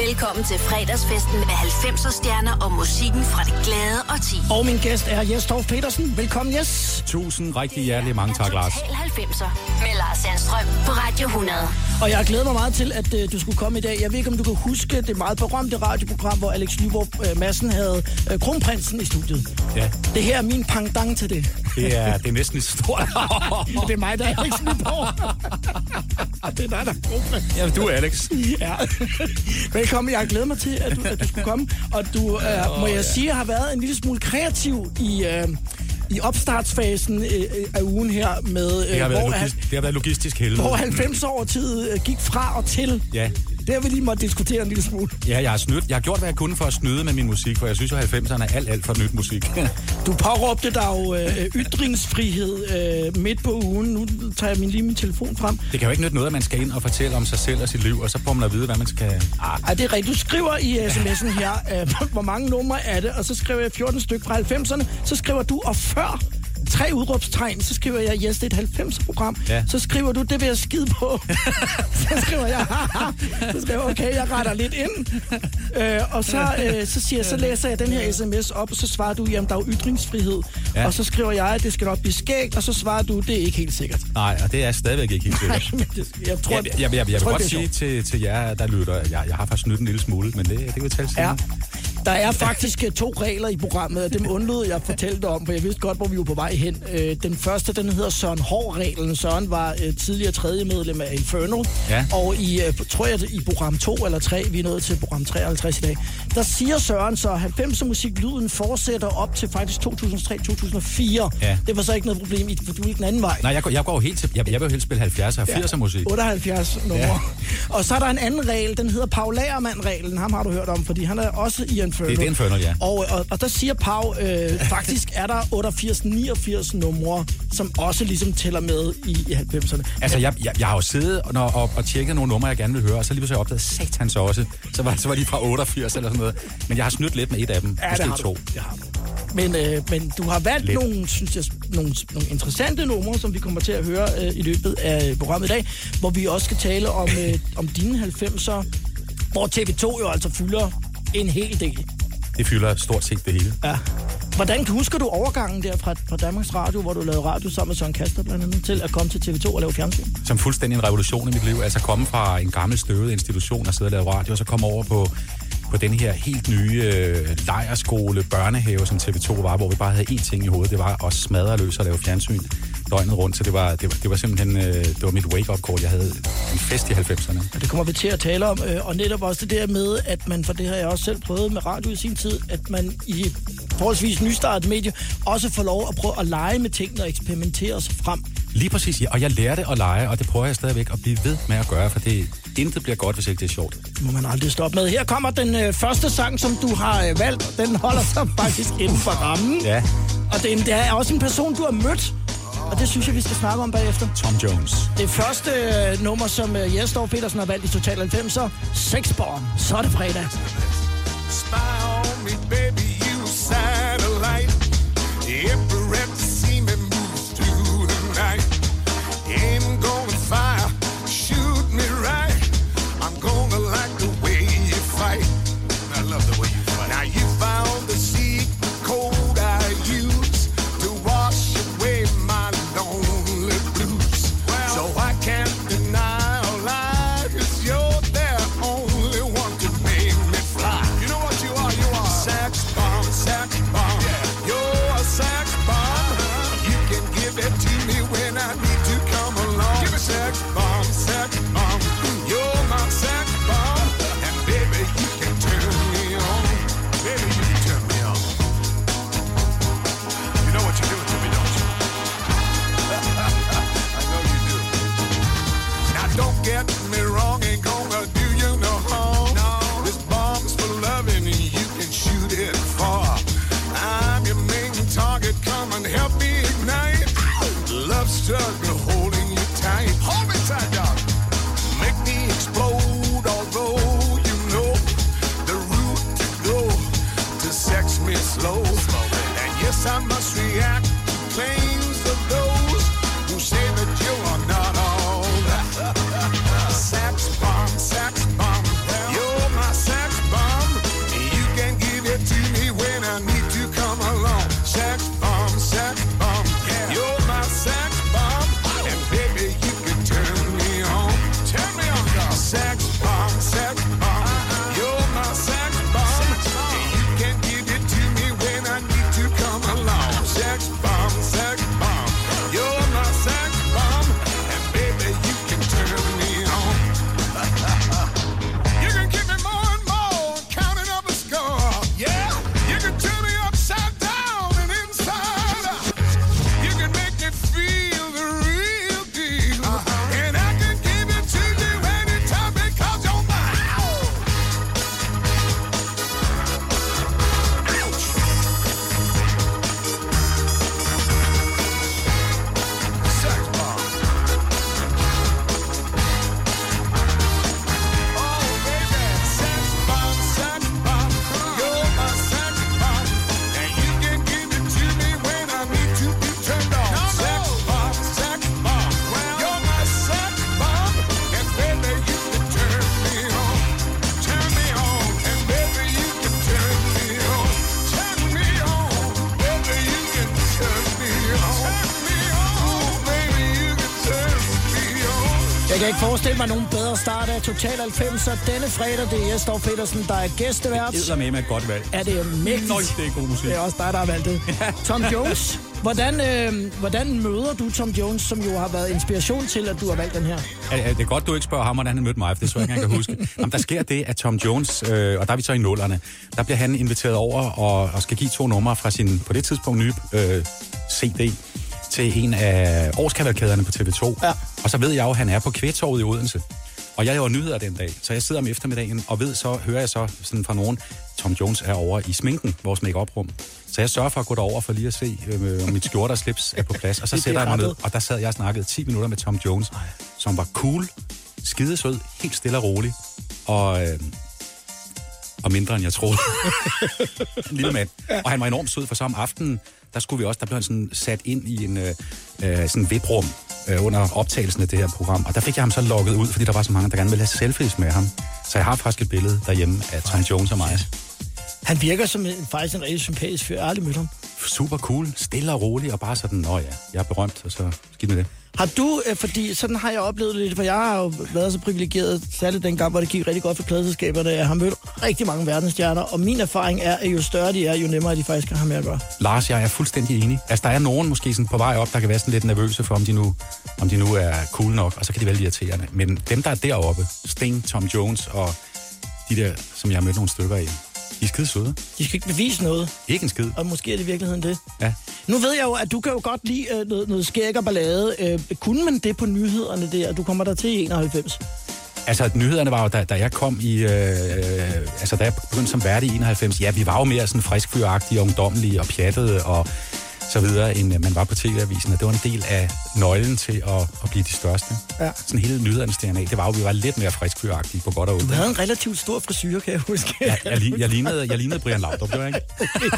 Velkommen til fredagsfesten med 90'er stjerner og musikken fra det glade årti. Og min gæst er Jes Dorph Petersen. Velkommen, Jes. Tusind rigtig hjertelig mange tak, Lars. Total 90'er med Lars Sandstrøm på Radio 100. Og jeg glæder mig meget til, at du skulle komme i dag. Jeg ved ikke, om du kan huske det meget berømte radioprogram, hvor Alex Nyborg Madsen havde Kronprinsen i studiet. Ja. Det her er min pangdang til det. Det er næsten lige så stort. Det er mig, der er Alex Nyborg. Det er dig, der er Kronprinsen. Ja, du er Alex. Ja. Velkommen. Jeg glæder mig til, at du skulle komme. Og du, må jeg sige, har været en lille smule kreativ i opstartsfasen af ugen her med... Det har været logistisk helvede. Hvor 90 år tid gik fra og til. Ja. Det har vi lige måtte diskutere en lille smule. Ja, jeg har gjort, hvad jeg kunne for at snyde med min musik, for jeg synes jo, 90'erne er alt for nyt musik. Du påråbte der jo ytringsfrihed midt på ugen. Nu tager jeg min telefon frem. Det kan jo ikke nytte noget, at man skal ind og fortælle om sig selv og sit liv, og så får man at vide, hvad man skal... Ej, det er rigtigt. Du skriver i sms'en her, hvor mange numre er det, og så skriver jeg 14 stykker fra 90'erne. Så skriver du, og før 3 udråbstegn, så skriver jeg, yes, det er et 90'er-program. Ja. Så skriver du, det vil jeg skide på. Så skriver jeg, så skriver jeg, okay, jeg retter lidt ind. Og så læser jeg den her sms op, og så svarer du, jamen, der er jo ytringsfrihed. Ja. Og så skriver jeg, at det skal nok blive skægt, og så svarer du, det er ikke helt sikkert. Nej, og det er stadigvæk ikke helt sikkert. Jeg vil godt sige til jer, der lytter, jeg har faktisk snydt en lille smule, men det kan vi tale senere. Ja. Der er faktisk 2 regler i programmet, og dem undlod jeg fortalte om, for jeg vidste godt, hvor vi var på vej hen. Den første, den hedder Søren Hård-reglen. Søren var tidligere 3. medlem af Inferno, ja. Og i program 2 eller 3, vi er nået til program 53 i dag, der siger Søren så, 90'er musiklyden fortsætter op til faktisk 2003-2004. Ja. Det var så ikke noget problem, for du gik den anden vej. Nej, jeg går helt til, jeg vil jo helst spille 70'er og 80'er musik. 78 numre. Ja. Og så er der en anden regel, den hedder Paul Lagermand-reglen. Ham har du hørt om, fordi han er også i Inferno. Det er Inferno, ja. Og der siger Pau, faktisk er der 88-89 numre, som også ligesom tæller med i 90'erne. Altså, jeg har jo siddet og tjekket nogle numre, jeg gerne vil høre, og så lige så opdaget satans også. Så var de fra 88 eller sådan noget. Men jeg har snydt lidt med et af dem. Ja, det har du. Men du har valgt nogle, synes jeg, nogle interessante numre, som vi kommer til at høre i løbet af programmet i dag, hvor vi også skal tale om dine 90'er, hvor TV2 jo altså fylder en hel del. Det fylder stort set det hele. Ja. Hvordan husker du overgangen der fra Danmarks Radio, hvor du lavede radio sammen med Søren Kaster blandt andet, til at komme til TV2 og lave fjernsyn? Som fuldstændig en revolution i mit liv. Altså komme fra en gammel støvet institution og sidde og lave radio, og så komme over på den her helt nye lejrskole, børnehave, som TV2 var, hvor vi bare havde én ting i hovedet. Det var at smadre løs og lave fjernsyn døgnet rundt. Så det var simpelthen det var mit wake-up call. Jeg havde en fest i 90'erne. Og det kommer vi til at tale om. Og netop også det der med, at man, for det har jeg også selv prøvet med radio i sin tid, at man i forholdsvis nystartet medie også får lov at prøve at lege med tingene og eksperimentere sig frem. Lige præcis, ja. Og jeg lærte at lege, og det prøver jeg stadigvæk at blive ved med at gøre, for intet bliver godt, hvis ikke det er sjovt. Det må man aldrig stoppe med. Her kommer den første sang, som du har valgt. Den holder sig faktisk inden for rammen. Ja. Og det er også en person, du har mødt. Og det synes jeg, vi skal snakke om bagefter. Tom Jones. Det første nummer, som Jes Dorph Petersen har valgt i Total 90'er. Sexbomb. Så er det fredag. Spy on me, baby, you satellite. Every rep to see me moves through the night. Ain't gonna fire, shoot me right. I'm gonna like the way you fight. I love the way you fight. Now you found the secret code I use to wash away my lonely blues. So I can't deny a lie, 'cause you're the only one to make me fly. You know what you are? You are sex bomb. Jeg kan ikke forestille mig nogen bedre start af Total 90'er denne fredag. Det er Jesper Petersen, der er gæstevært. Det er med et godt valg. Er det mægtigt? Nøj, det er god musik. Det er også dig, der har valgt det. Tom Jones, hvordan møder du Tom Jones, som jo har været inspiration til, at du har valgt den her? Det er godt, du ikke spørger ham, hvordan han mødte mig, for det tror jeg ikke, han kan huske. Jamen, der sker det, at Tom Jones, og der er vi så i nullerne, der bliver han inviteret over og skal give 2 numre fra sin, på det tidspunkt, nye CD til en af årskavalkaderne på TV2. Ja. Og så ved jeg jo, at han er på Kvægtorvet i Odense. Og jeg laver nyheder den dag, så jeg sidder om eftermiddagen og hører jeg så sådan fra nogen, Tom Jones er over i sminken, vores make-up-rum. Så jeg sørger for at gå derover for lige at se, om mit skjorte og slips er på plads. Og så sætter jeg mig ned, og der sad jeg og snakkede 10 minutter med Tom Jones, som var cool, skidesød, helt stille og rolig, og mindre end jeg troede. En lille mand. Og han var enormt sød, for så om aftenen, der blev han sådan sat ind i en sådan VIP-rum under optagelsen af det her program. Og der fik jeg ham så logget ud, fordi der var så mange, der gerne ville have selfies med ham. Så jeg har faktisk et billede derhjemme af Tom Jones og mig. Han virker som faktisk en rigtig sympatisk fyr. Jeg har aldrig mødt ham. Super cool, stille og rolig, og bare sådan, jeg er berømt, og så skidt med det. Har du, fordi sådan har jeg oplevet lidt, for jeg har jo været så privilegeret, særligt dengang, hvor det gik rigtig godt for pladeselskaberne, jeg har mødt rigtig mange verdensstjerner, og min erfaring er, at jo større de er, jo nemmere er de faktisk kan have med at gøre. Lars, jeg er fuldstændig enig. Altså, der er nogen måske sådan på vej op, der kan være sådan lidt nervøse for, om de nu er cool nok, og så kan de vælge irriterende. Men dem, der er deroppe, Sting, Tom Jones og de der, som jeg har mødt nogle stykker af, de er skide søde. De skal ikke bevise noget. Ikke en skid. Og måske er det i virkeligheden det. Ja. Nu ved jeg jo, at du kan jo godt lide noget skæg og ballade. Kunne man det på nyhederne der? Du kommer der til i 91. Altså, nyhederne var jo, da jeg kom i... da jeg begyndte som vært i 91, ja, vi var jo mere sådan friskfyragtige, ungdommelige og pjattede og så videre, end man var på TV-avisen. Og det var en del af nøglen til at blive de største. Ja. Sådan hele nyhedernes DNA, det var jo, vi var lidt mere friskfyragtige på godt og ondt. Du havde en relativt stor frisyr, kan jeg huske. Ja, jeg lignede Brian Laudrup, det var ikke?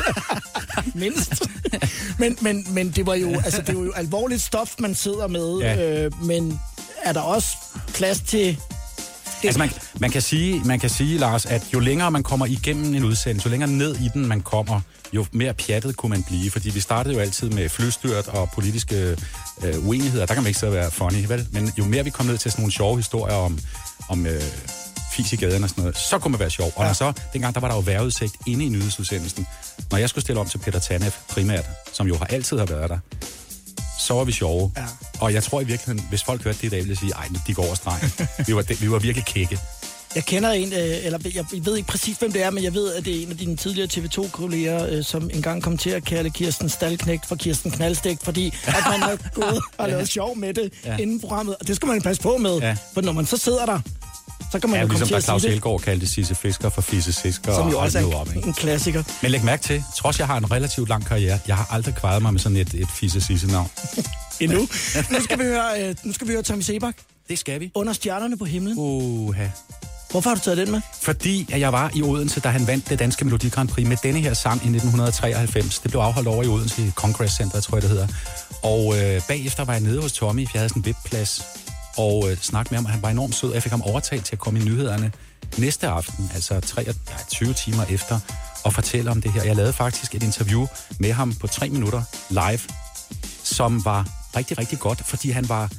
Mindst. Men det var jo, altså, det var jo alvorligt stof, man sidder med. Ja. Men er der også plads til... Altså, man kan sige, Lars, at jo længere man kommer igennem en udsendelse, jo længere ned i den man kommer, jo mere pjattet kunne man blive. Fordi vi startede jo altid med flystyrt og politiske uenigheder. Der kan man ikke så være funny, vel? Men jo mere vi kom ned til sådan nogle sjove historier om fis i gaden og sådan noget, så kunne man være sjov. Og så, dengang der var der jo vejrudsigt inde i nyhedsudsendelsen. Når jeg skulle stille om til Peter Tanev primært, som jo altid har været der, så var vi sjove. Ja. Og jeg tror i virkeligheden, hvis folk hørte det i dag, ville jeg sige, ej, de går over stregen. vi var virkelig kække. Jeg kender en, eller jeg ved ikke præcis, hvem det er, men jeg ved, at det er en af dine tidligere TV2-kolleger, som engang kom til at kalde Kirsten Staldknægt for Kirsten Knaldstægt, fordi at man har gået og lavet sjov med det inden programmet. Og det skal man passe på med, for når man så sidder der, så kan man jo komme ligesom til at sige det. Claus Elgaard kaldte Sisse Fisker for Fisse Sisker. Som jo også er en klassiker. Men læg mærke til, trods jeg har en relativt lang karriere, jeg har aldrig kvaret mig med sådan et Fisse Sisse-navn. Endnu. Nu skal vi høre Tommy Sebak. Det skal vi. Under stjernerne på himlen. Uha. Hvorfor har du taget den med? Fordi at jeg var i Odense, da han vandt det danske Melodi Grand Prix med denne her sang i 1993. Det blev afholdt over i Odense i Congress Center, tror jeg det hedder. Og bagefter var jeg nede hos Tommy, for jeg havde sådan en VIP-plads, og snakkede med ham, og han var enormt sød. Jeg fik ham overtalt til at komme i nyhederne næste aften, altså 20 timer efter, og fortælle om det her. Jeg lavede faktisk et interview med ham på 3 minutter live, som var rigtig, rigtig godt, fordi han var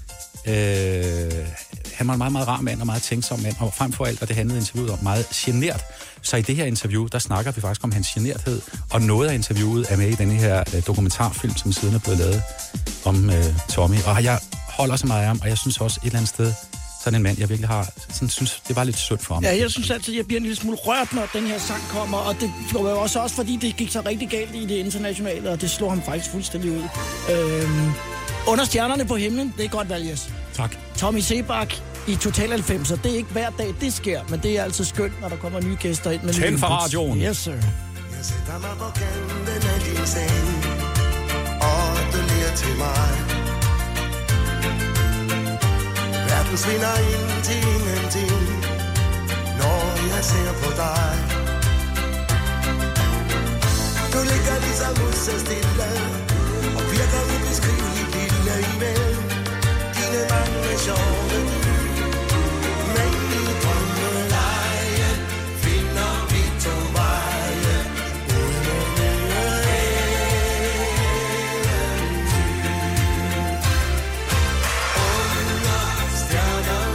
en meget, meget rar mand og meget tænksom mand, og frem for alt, og det handlede interviewet om, meget genert. Så i det her interview, der snakker vi faktisk om hans generthed, og noget af interviewet er med i denne her dokumentarfilm, som siden er blevet lavet om Tommy. Og jeg holder så meget af ham, og jeg synes også et eller andet sted, sådan en mand, jeg virkelig har, sådan, synes, det var lidt synd for ham. Ja, jeg synes altid, jeg bliver en lille smule rørt, når den her sang kommer, og det var jo også fordi det gik så rigtig galt i det internationale, og det slog ham faktisk fuldstændig ud. Under stjernerne på himlen, det er godt valg, yes. Tak. Tommy Sebak i Total 90'er. Det er ikke hver dag, det sker, men det er altid skønt, når der kommer nye gæster ind. Tænd for radioen. Yes, sir. Jeg sætter mig på kanten af din seng, og du ler til mig. Verden svinder ind til ingenting, når jeg ser på dig. Du ligger ligesom så stille, og virker ubeskriveligt lille alligevel. Dine mange sjove liv, men i drømmeleje finder vi to veje uden eventyr. Under stjerner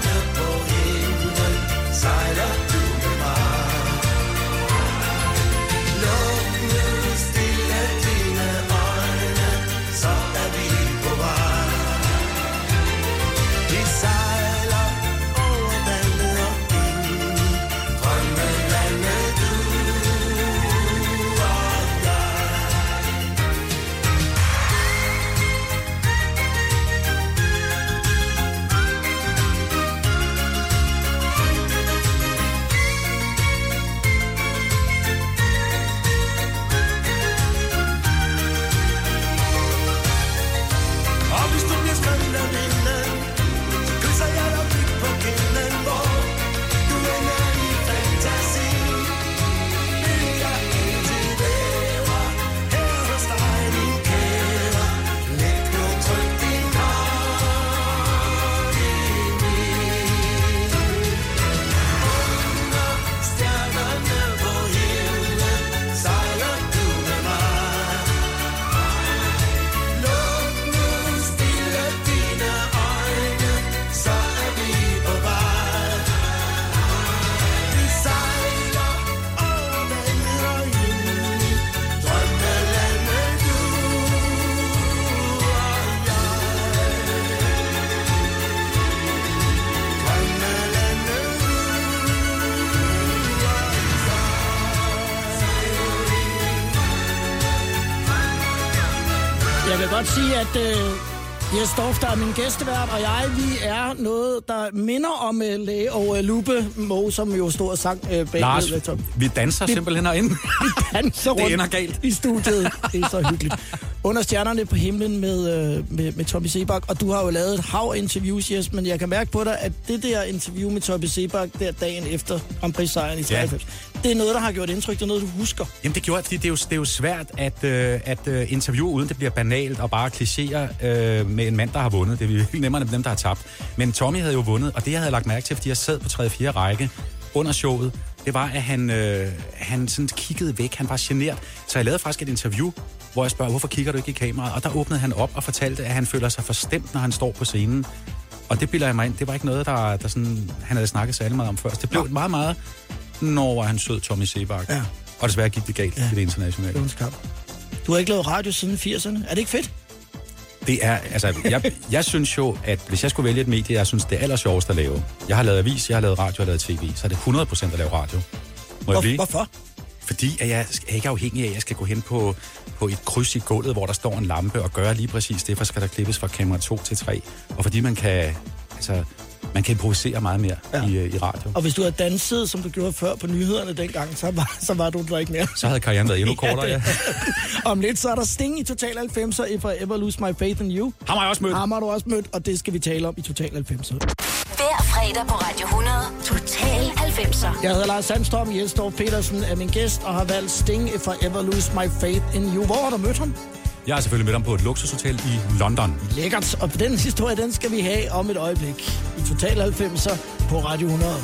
godt sige, at Jes Dorph, der er min gæstevært, og jeg, vi er noget, der minder om læge og Lupe Moe, som jo stod og sang bag. Lars, vi danser simpelthen herinde. Vi danser rundt det ender galt. I studiet. Det er så hyggeligt. Under stjernerne på himlen med Tommy Sebak, og du har jo lavet et hav af interviews, Jes, men jeg kan mærke på dig, at det der interview med Tommy Sebak, der dagen efter Grand Prix-sejren i 93, det er noget, der har gjort indtryk, det er noget, du husker. Jamen det gjorde jeg, fordi det er jo svært at interviewe, uden det bliver banalt og bare klichéer med en mand, der har vundet. Det er virkelig nemmere end dem, der har tabt. Men Tommy havde jo vundet, og det jeg havde lagt mærke til, fordi jeg sad på 3. og 4. række under showet, det var, at han sådan kiggede væk. Han var genert. Så jeg lavede faktisk et interview, hvor jeg spørger, hvorfor kigger du ikke i kameraet? Og der åbnede han op og fortalte, at han føler sig forstemt, når han står på scenen. Og det bilder jeg mig ind. Det var ikke noget, der sådan, han havde snakket særlig meget om først. Det blev meget, meget, når han sød Tommy Sebak. Ja. Og desværre gik det galt i det internationale. Du har ikke lavet radio siden 80'erne. Er det ikke fedt? Det er, altså, jeg synes jo, at hvis jeg skulle vælge et medie, jeg synes, det er allersjovest at lave. Jeg har lavet avis, jeg har lavet radio, jeg har lavet tv, så er det 100% at lave radio. Hvorfor? Fordi at jeg er ikke afhængig af, at jeg skal gå hen på et kryds i gulvet, hvor der står en lampe og gøre lige præcis det, for skal der klippes fra kamera 2 til 3. Og fordi man kan improvisere meget mere i radio. Og hvis du havde danset, som du gjorde før på nyhederne dengang, så var du der ikke mere. Så havde karrieren været endnu kortere, ja. Om lidt, så er der Sting i Total 90'er, If I Ever Lose My Faith in You. Ham har jeg også mødt. Ham har du også mødt, og det skal vi tale om i Total 90'er. Hver fredag på Radio 100, Total 90'er. Jeg hedder Lars Sandstrøm, Jes Dorph Petersen er min gæst, og har valgt Sting, If I Ever Lose My Faith in You. Hvor har du mødt ham? Jeg har selvfølgelig mødt ham på et luksushotel i London. Lækkert, og den historie, den skal vi have om et øjeblik i Total 90'er på Radio 100.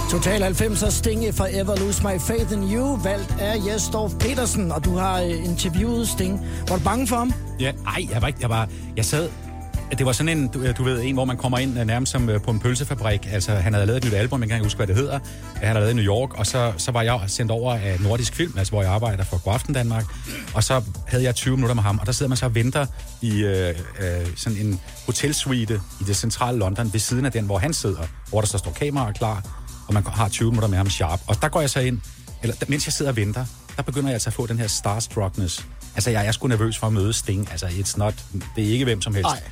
Total 90'er Sting i Forever Lose My Faith in You, valgt af Jes Dorph Petersen, og du har interviewet Sting. Var du bange for ham? Ja, jeg var ikke. Jeg sad... Det var sådan en, du ved, en, hvor man kommer ind nærmest som på en pølsefabrik. Altså, han havde lavet et nyt album, jeg kan ikke huske, hvad det hedder. Han havde lavet i New York, og så var jeg sendt over af Nordisk Film, altså hvor jeg arbejder for Godaften Danmark. Og så havde jeg 20 minutter med ham, og der sidder man så og venter i sådan en hotelsuite i det centrale London, ved siden af den, hvor han sidder, hvor der så står kameraer klar, og man har 20 minutter med ham sharp. Og der går jeg så ind, eller mens jeg sidder og venter, der begynder jeg altså at få den her starstruckness. Altså, jeg er sgu nervøs for at møde Sting. Altså, det er ikke hvem som helst. Nej.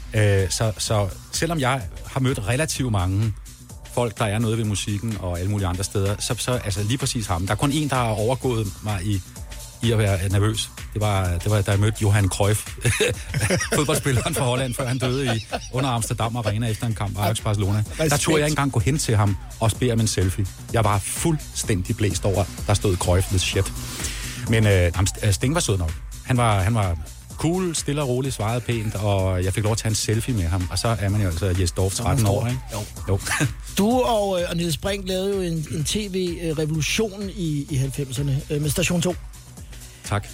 Så selvom jeg har mødt relativt mange folk, der er noget ved musikken og alle mulige andre steder, så altså lige præcis ham. Der er kun en, der har overgået mig i at være nervøs. Det var da jeg mødte Johan Cruyff, fodboldspilleren fra Holland, før han døde under Amsterdam Arena efter en kamp Ajax Barcelona. Der turde jeg ikke engang gå hen til ham og bede om en selfie. Jeg var fuldstændig blæst over, der stod Cruyff with shit. Men Sting var sød nok. Han var cool, stille og roligt, svarede pænt, og jeg fik lov at tage en selfie med ham. Og så er man jo altså Jes Dorph 13 år, ikke? Jo. Du og Niels Brink lavede jo en tv-revolution i 90'erne med Station 2. Tak.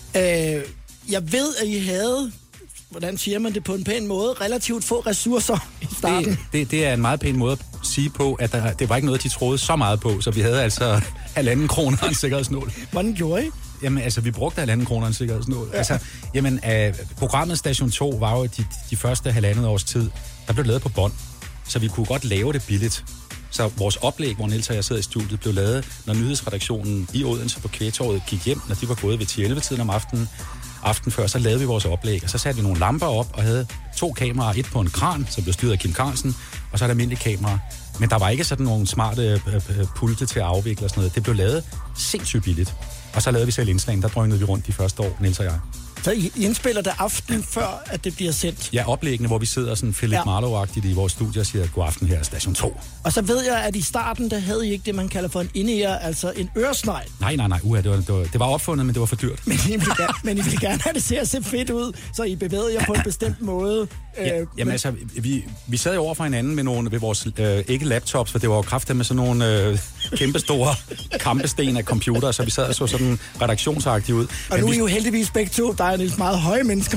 Jeg ved, at I havde, hvordan siger man det på en pæn måde, relativt få ressourcer i starten. Det er en meget pæn måde at sige på, at det var ikke noget, de troede så meget på, så vi havde altså 1,5 kroner og en sikkerhedsnål. Hvordan gjorde I? Jamen, altså, vi brugte 1,5 kroner en sikkerhedsnål. Ja. Altså, jamen, programmet Station 2 var jo de første 1,5 års tid, der blev lavet på bånd, så vi kunne godt lave det billigt. Så vores oplæg, hvor Niels og jeg sidder i studiet, blev lavet, når nyhedsredaktionen i Odense på Kvægtorvet gik hjem, når de var gået ved 10-11-tiden om aften før, så lavede vi vores oplæg, og så satte vi nogle lamper op og havde 2 kameraer, et på en kran, som blev styret af Kim Carlsen, og så et almindeligt kamera. Men der var ikke sådan nogle smarte pulte til at afvikle og sådan noget. Det blev lavet sindssygt billigt. Og så lavede vi selv indslagen, der drønede vi rundt de første år, Niels og jeg. Så I indspiller det aften før, at det bliver sendt? Ja, oplæggene, hvor vi sidder sådan Philip Marlowe-agtigt i vores studie og siger, god aften her, Station 2. Og så ved jeg, at i starten, der havde I ikke det, man kalder for en in-ear, altså en øresnegl. Nej, det var opfundet, men det var for dyrt. Men I ville gerne have det til at se fedt ud, så I bevægede jer på en bestemt måde. Jamen altså, vi sad jo over for hinanden med nogle, ved vores, ikke laptops, for det var jo kraftigt med sådan nogle kæmpestore kampesten af computer, så vi sad og så sådan redaktionsagtigt ud. Og men nu er I jo heldigvis begge to, der er Niels meget høje mennesker.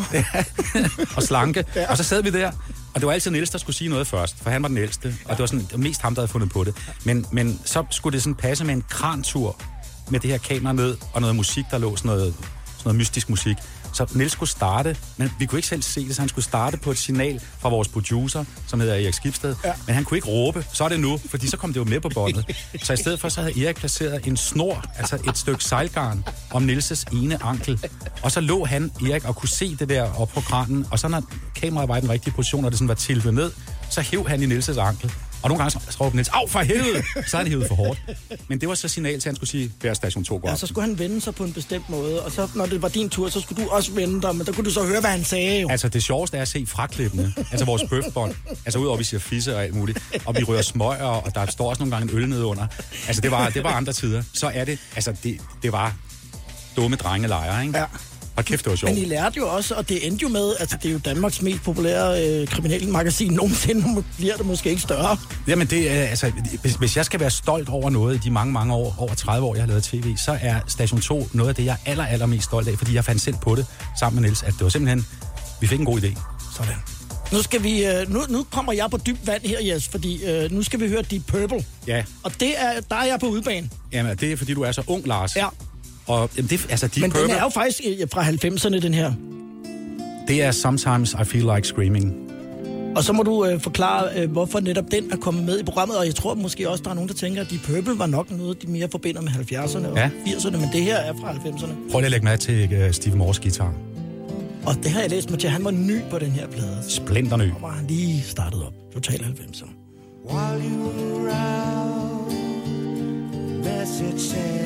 Og slanke. Ja. Og så sad vi der, og det var altid Niels, der skulle sige noget først, for han var den ældste, og det var sådan mest ham, der havde fundet på det. Men så skulle det sådan passe med en krantur med det her kamera ned, og noget musik, der lå sådan noget mystisk musik. Så Niels skulle starte, men vi kunne ikke selv se det, så han skulle starte på et signal fra vores producer, som hedder Erik Skibsted. Ja. Men han kunne ikke råbe, så er det nu, fordi så kom det jo med på båndet. Så i stedet for, så havde Erik placeret en snor, altså et stykke sejlgarn, om Nielses ene ankel. Og så lå Erik, og kunne se det der op på kranen, og så når kameraet var i den rigtige position, og det sådan var tiltet ned, så hæv han i Nielses ankel. Og nogle gange så råbte Niels, af for helvede! Så han hævet for hårdt. Men det var så signal til, at han skulle sige, hver Station 2 går. Ja, så skulle han vende sig på en bestemt måde, og så når det var din tur, så skulle du også vende dig, men der kunne du så høre, hvad han sagde jo. Altså det sjoveste er at se fraklippene, altså vores bøfbånd, altså udover at vi siger fisse og alt muligt, og vi rører smøger, og der står også nogle gange en øl nede under. Altså det var andre tider. Så er det, altså det var dumme drengelejre, ikke? Ja. Og kæft, det var sjovt. Men I lærte jo også, og det endte jo med, altså det er jo Danmarks mest populære kriminalmagasin nogensinde, bliver det måske ikke større. Jamen det er, altså, hvis jeg skal være stolt over noget i de mange år, over 30 år, jeg har lavet tv, så er Station 2 noget af det, jeg er allermest stolt af, fordi jeg fandt selv på det sammen med Niels, at det var simpelthen, vi fik en god idé. Sådan. Nu skal vi, nu kommer jeg på dybt vand her, Jes, fordi nu skal vi høre Deep Purple. Ja. Og der er jeg på udebane. Jamen det er, fordi du er så ung, Lars. Ja. Og det, altså Deep Men Purple, den er jo faktisk fra 90'erne, den her. Det er Sometimes I Feel Like Screaming. Og så må du forklare, hvorfor netop den er kommet med i programmet. Og jeg tror måske også, der er nogen, der tænker, at Deep Purple var nok noget, de mere forbinder med 70'erne og 80'erne. Men det her er fra 90'erne. Prøv lige at lægge mærke til Steve Moores guitar. Og det har jeg læst mig til. Han var ny på den her plade. Splinterny. Og var han lige startet op. Total 90'erne. While you were around, message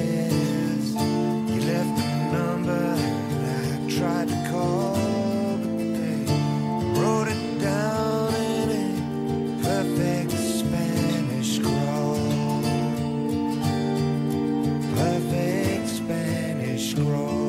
says you left a number and I tried to call, but they wrote it down in a perfect Spanish scrawl. Perfect Spanish scrawl.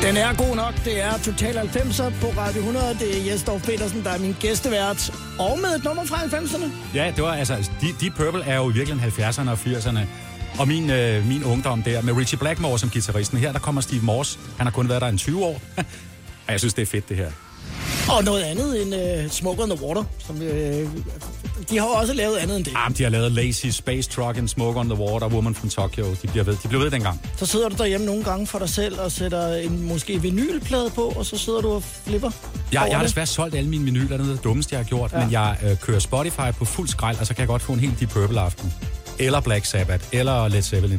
Den er god nok. Det er Total 90'er på Radio 100. Det er Jes Dorf Petersen, der er min gæstevært. Og med et nummer fra 90'erne. Ja, det var altså... Deep Purple er jo virkelig 70'erne og 80'erne. Og min ungdom der, med Richie Blackmore som guitaristen. Her der kommer Steve Morse. Han har kun været der en 20 år. Og jeg synes, det er fedt, det her. Og noget andet end Smoke on the Water. Som, de har også lavet andet end det. De har lavet Lazy, Space Truck and Smoke on the Water, Woman from Tokyo. De blev ved dengang. Så sidder du derhjemme nogle gange for dig selv og sætter en måske vinylplade på, og så sidder du og flipper. Jeg har desværre solgt alle mine vinyler. Det er det dummeste, jeg har gjort. Ja. Men jeg kører Spotify på fuld skrald, og så kan jeg godt få en helt Deep Purple-aften. Eller Black Sabbath, eller Led Zeppelin.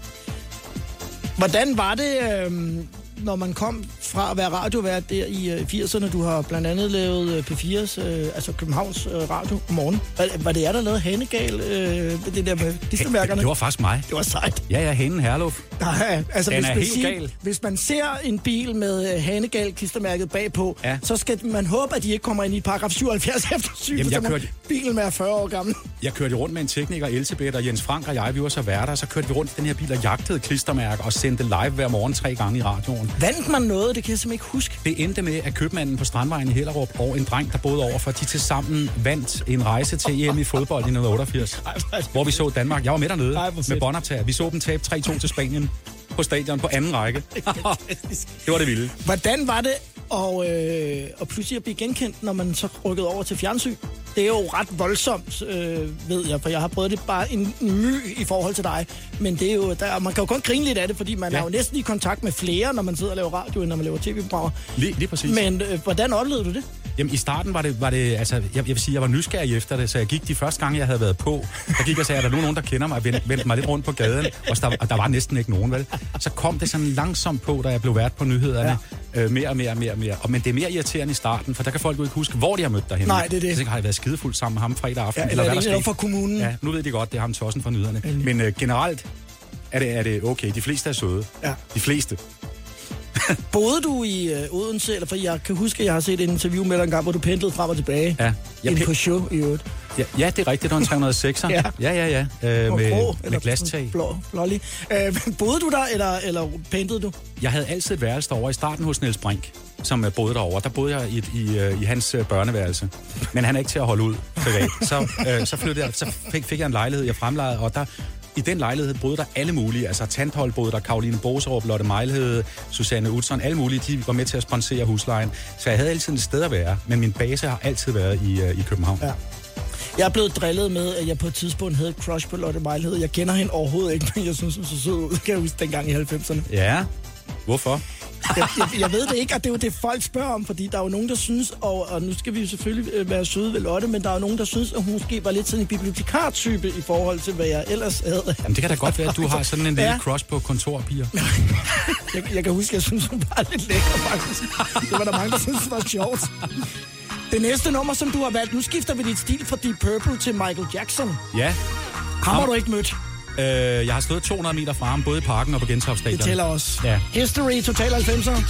Hvordan var det, når man kom fra at være radiovært der i 80'erne? Du har blandt andet lavet P4's, altså Københavns Radio om morgenen. Var det jer, der lavede Hanegal, det der med klistermærkerne? Det var faktisk mig. Det var sejt. Ja, Hanen Herluf. Nej, altså den er helt gal. Hvis man ser en bil med Hanegal klistermærket bagpå, så skal man håbe, at de ikke kommer ind i paragraf 77 efter 7, bilen med 40 år gammel. Jeg kørte rundt med en tekniker, Elsebeth og Jens Frank og jeg, vi var så værter, så kørte vi rundt i den her bil og jagtede klistermærker og sendte live hver morgen 3 gange i radioen. Vandt man noget? Det kan jeg simpelthen ikke huske. Det endte med, at købmanden på Strandvejen i Hellerup og en dreng, der boede overfor, de til sammen vandt en rejse til EM i fodbold i 1988, hvor vi så Danmark. Jeg var med dernede med båndoptager. Vi så dem tabe 3-2 til Spanien på stadion på anden række. Det var det vilde. Hvordan var det at pludselig at blive genkendt, når man så rykkede over til fjernsyn? Det er jo ret voldsomt, ved jeg, for jeg har prøvet det bare en my i forhold til dig. Men det er jo, man kan jo kun grine lidt af det, fordi man er jo næsten i kontakt med flere, når man sidder og laver radio, end når man laver tv-programmer. Lige præcis. Men hvordan oplevede du det? Jamen, i starten var det altså, jeg vil sige, jeg var nysgerrig efter det, så jeg gik de første gange, jeg havde været på, der gik og sagde, er der nogen, der kender mig, vendte mig lidt rundt på gaden, og der var næsten ikke nogen, vel? Så kom det sådan langsomt på, da jeg blev vært på nyhederne, mere. Men det er mere irriterende i starten, for der kan folk jo ikke huske, hvor de har mødt dig henne. Nej, det er det. Så har jeg været skidefuld sammen med ham fredag aften. Ja, eller er det fra kommunen? Ja, nu ved de godt, det er ham tossen fra nyhederne. Men generelt er det okay. De fleste er søde. Ja. De fleste. Boede du i Odense, eller for jeg kan huske, at jeg har set et interview med dig en gang, hvor du pendlede frem og tilbage. Ja. På show i øvrigt. Ja, det er rigtigt. Det var en 306'er. Ja. Med glastag. Blålig. Boede du der, eller pendlede du? Jeg havde altid et værelse derovre. I starten hos Niels Brink, som boede derovre. Der boede jeg i hans børneværelse. Men han er ikke til at holde ud privat. Så flyttede jeg, så fik jeg en lejlighed, jeg fremlejede, og der... I den lejlighed boede der alle mulige, altså Tantholdt boede der, Karoline Boserup, Lotte Mejlhede, Susanne Utzon, alle mulige, de var med til at sponsere huslejen. Så jeg havde altid et sted at være, men min base har altid været i København. Ja. Jeg er blevet drillet med, at jeg på et tidspunkt havde et crush på Lotte Mejlhede. Jeg kender hende overhovedet ikke, men jeg synes, hun så sød ud, kan jeg huske dengang i 90'erne. Ja, hvorfor? Jeg ved det ikke, og det er jo det, folk spørger om, fordi der er jo nogen, der synes, og nu skal vi jo selvfølgelig være søde ved Lotte, men der er jo nogen, der synes, at hun måske var lidt sådan en bibliotekartype i forhold til, hvad jeg ellers havde. Jamen, det kan da godt være, at du har sådan en lille crush på kontorpiger. jeg kan huske, at jeg synes, hun var lidt lækker, faktisk. Det var der mange, der synes, var sjovt. Det næste nummer, som du har valgt, nu skifter vi dit stil fra Deep Purple til Michael Jackson. Ja. Ham har du ikke mødt? Jeg har stået 200 meter fra ham, både i parken og på Gentofte Stadion. Det tæller også. Ja. History, Total 90'er.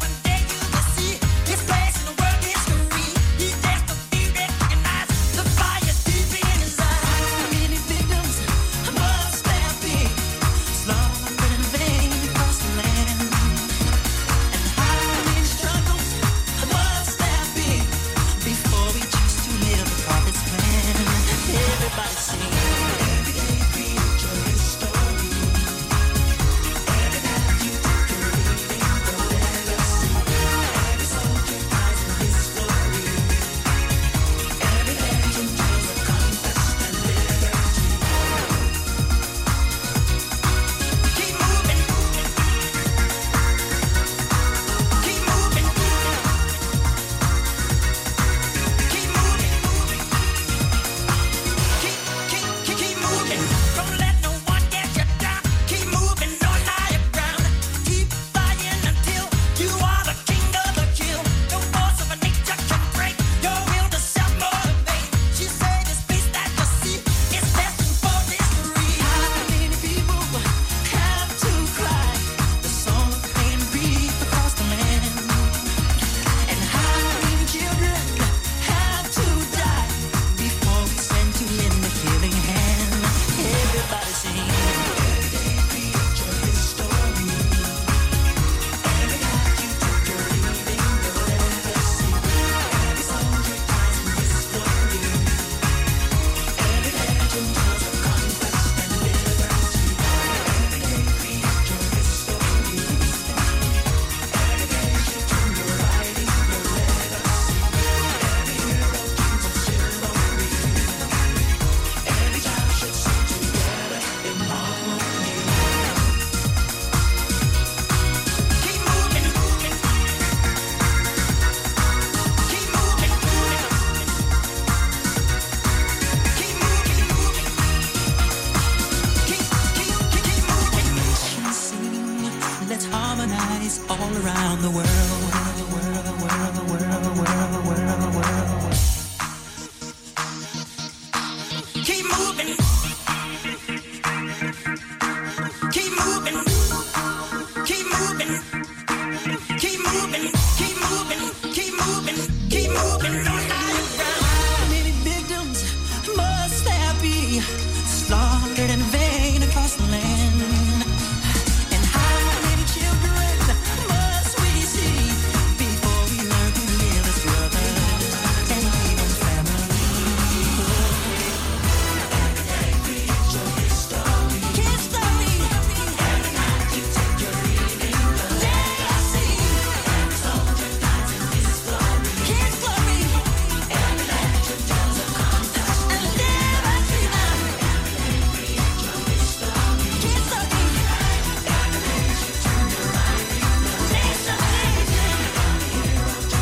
The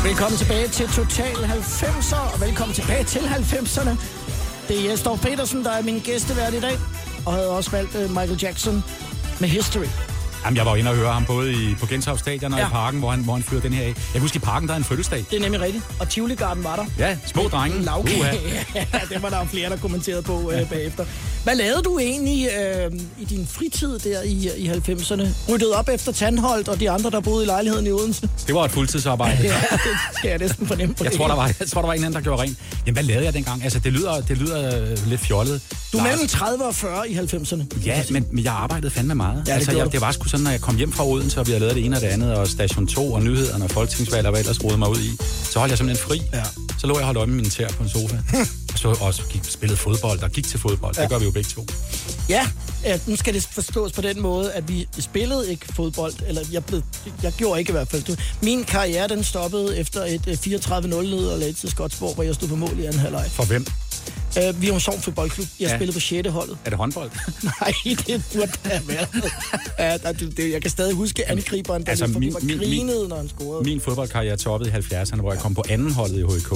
Velkommen tilbage til Total 90'er, og velkommen tilbage til 90'erne. Det er Jesper Petersen, der er min gæstevært i dag, og havde også valgt Michael Jackson med History. Jamen, jeg var inde og høre ham både på Gentofte Stadion og i Parken, hvor han fyrede den her af. Jeg kan huske, i Parken, der er en fødselsdag. Det er nemlig rigtigt. Og Tivoli Garden var der. Ja, små drenge. Ja, det var der jo flere, der kommenterede på bagefter. Hvad lavede du egentlig i din fritid der i 90'erne? Ryddede op efter Tandholt og de andre, der boede i lejligheden i Odense? Det var et fuldtidsarbejde. Ja, det skal jeg næsten fornemme på. Jeg tror, der var en anden, der gjorde rent. Jamen, hvad lavede jeg dengang? Altså, det lyder lidt fjollet. Du er mellem 30 og 40 i 90'erne. Ja, men jeg arbejdede fandme meget. Ja, det var sgu sådan, når jeg kom hjem fra Odense, og vi havde lavet det ene og det andet, og Station 2 og nyhederne og folketingsvalg, og hvad ellers rodede mig ud i, så holdt jeg simpelthen fri. Ja. Så lå jeg og holdt øje med min tær på en sofa. Og så også spillede fodbold og gik til fodbold. Det gør vi jo begge to. Ja, nu skal det forstås på den måde, at vi spillede ikke fodbold, eller jeg gjorde ikke i hvert fald. Min karriere, den stoppede efter et 34-0-nederlag til Skotsborg, hvor jeg stod på mål i anden halvleg. For hvem? Vi er en Sogn fodboldklub. Jeg spillede på 6. holdet. Er det håndbold? Nej, det burde have været. Jeg kan stadig huske angriberen, der var grinede, når han scorede. Min fodboldkarriere toppede i 70'erne, hvor jeg kom på anden holdet i HK.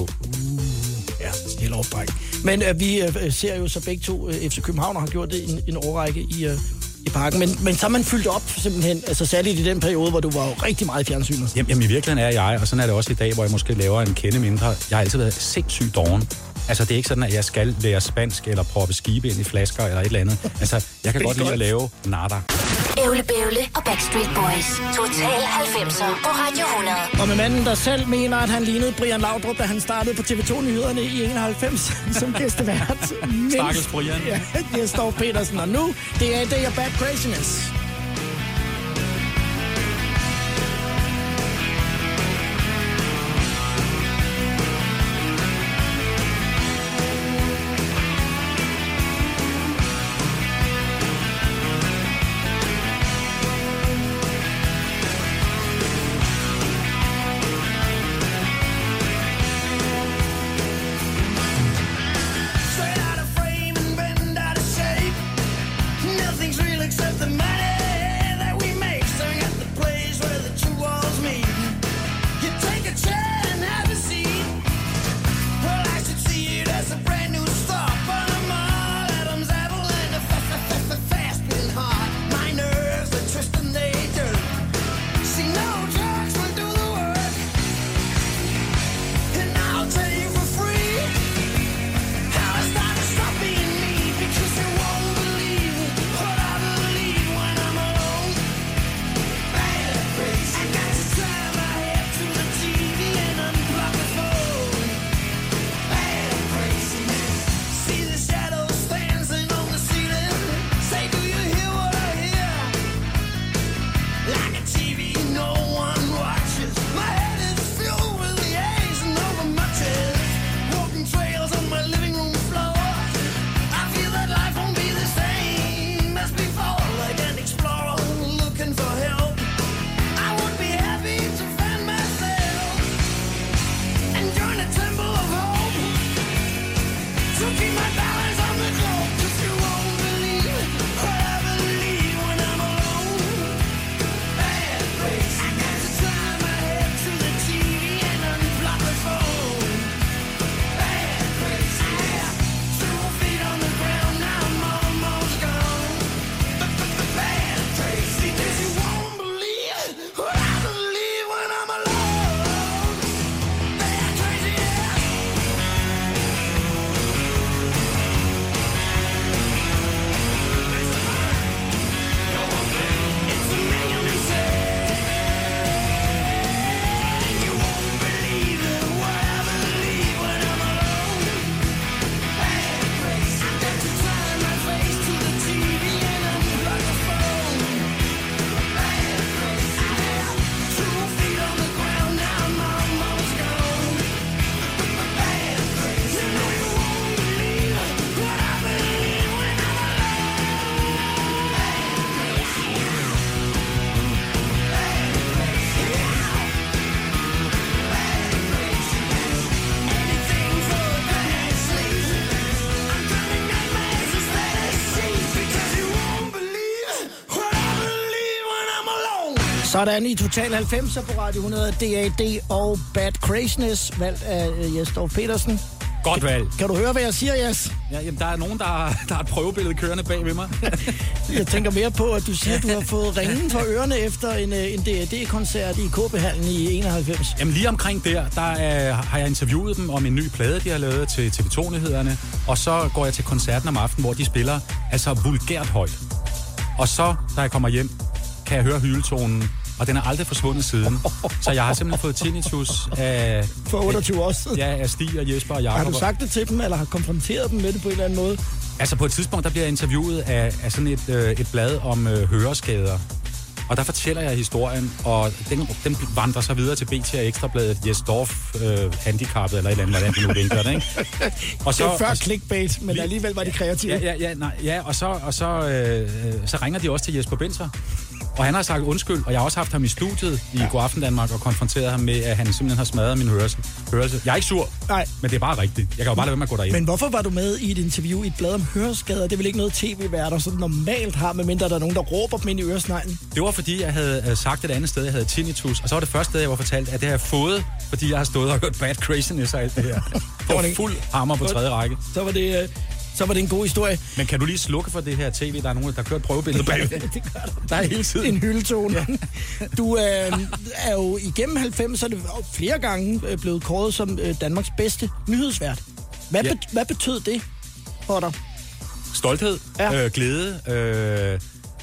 Ja, helt opdræk. Men vi ser jo så begge to, FC København har gjort det en årrække i Parken. Men så har man fyldt op simpelthen, altså særligt i den periode, hvor du var jo rigtig meget i fjernsynet. Jamen i virkeligheden er jeg, og sådan er det også i dag, hvor jeg måske laver en kende mindre. Jeg har altid været sindssygt doven. Altså, det er ikke sådan, at jeg skal lære spansk eller proppe skibe ind i flasker eller et eller andet. Altså, jeg kan godt lide at lave nada. Ævle Bævle og Backstreet Boys. Total 90'er på Radio 100. Og med manden, der selv mener, at han lignede Brian Laudrup, da han startede på TV2-nyhederne i 91 som gæstevært. Stakkels Brian. Ja, det står Petersen. Og nu, det er Day of Bad Craziness. Except the money Sådan i Total 90'er på Radio 100, DAD og Bad Craziness, valgt af Jes Dorph Petersen. Godt valg. Kan du høre, hvad jeg siger, Jes? Ja, jamen, der er nogen, der har et prøvebillede kørende bag ved mig. Jeg tænker mere på, at du siger, at du har fået ringen for ørerne efter en DAD-koncert i KB-hallen i 91. Jamen lige omkring der har jeg interviewet dem om en ny plade, de har lavet til TV2-nyhederne. Og så går jeg til koncerten om aftenen, hvor de spiller altså vulgært højt. Og så, da jeg kommer hjem, kan jeg høre hyletonen, og den er aldrig forsvundet siden. Så jeg har simpelthen fået tinnitus af... For 28 år siden? Ja, af Stig og Jesper og Jacob. Har du sagt det til dem, eller har konfronteret dem med det på en eller anden måde? Altså på et tidspunkt, der bliver jeg interviewet af sådan et blad om høreskader. Og der fortæller jeg historien, og den vandrer så videre til BT og Ekstrabladet, Jes Dorph handicappet, eller et eller andet, nu vinkler det, ikke? Og så, det er før clickbait, men alligevel var de kreative. Så ringer de også til Jesper Binzer. Og han har sagt undskyld, og jeg har også haft ham i studiet i Godaften Danmark og konfronteret ham med, at han simpelthen har smadret min hørelse. Jeg er ikke sur, men det er bare rigtigt. Jeg kan jo bare lade være med at gå derind. Men hvorfor var du med i et interview i et blad om høreskader? Det er vel ikke noget tv-værter sådan normalt har, medmindre der er nogen, der råber dem ind i øresneglen? Det var fordi, jeg havde sagt et andet sted, jeg havde tinnitus, og så var det første sted, jeg var fortalt, at det har jeg fået, fordi jeg har stået og hørt Bad Craziness og alt det her. Det var fuld hammer på tredje række. Så var det en god historie. Men kan du lige slukke for det her tv? Der er nogen, der kører et prøvebillede bag. Det gør der er hele tiden. En hyldetone. Ja. Du er jo igennem 90'erne flere gange blevet kåret som Danmarks bedste nyhedsvært. Hvad betød det for dig? Stolthed, glæde,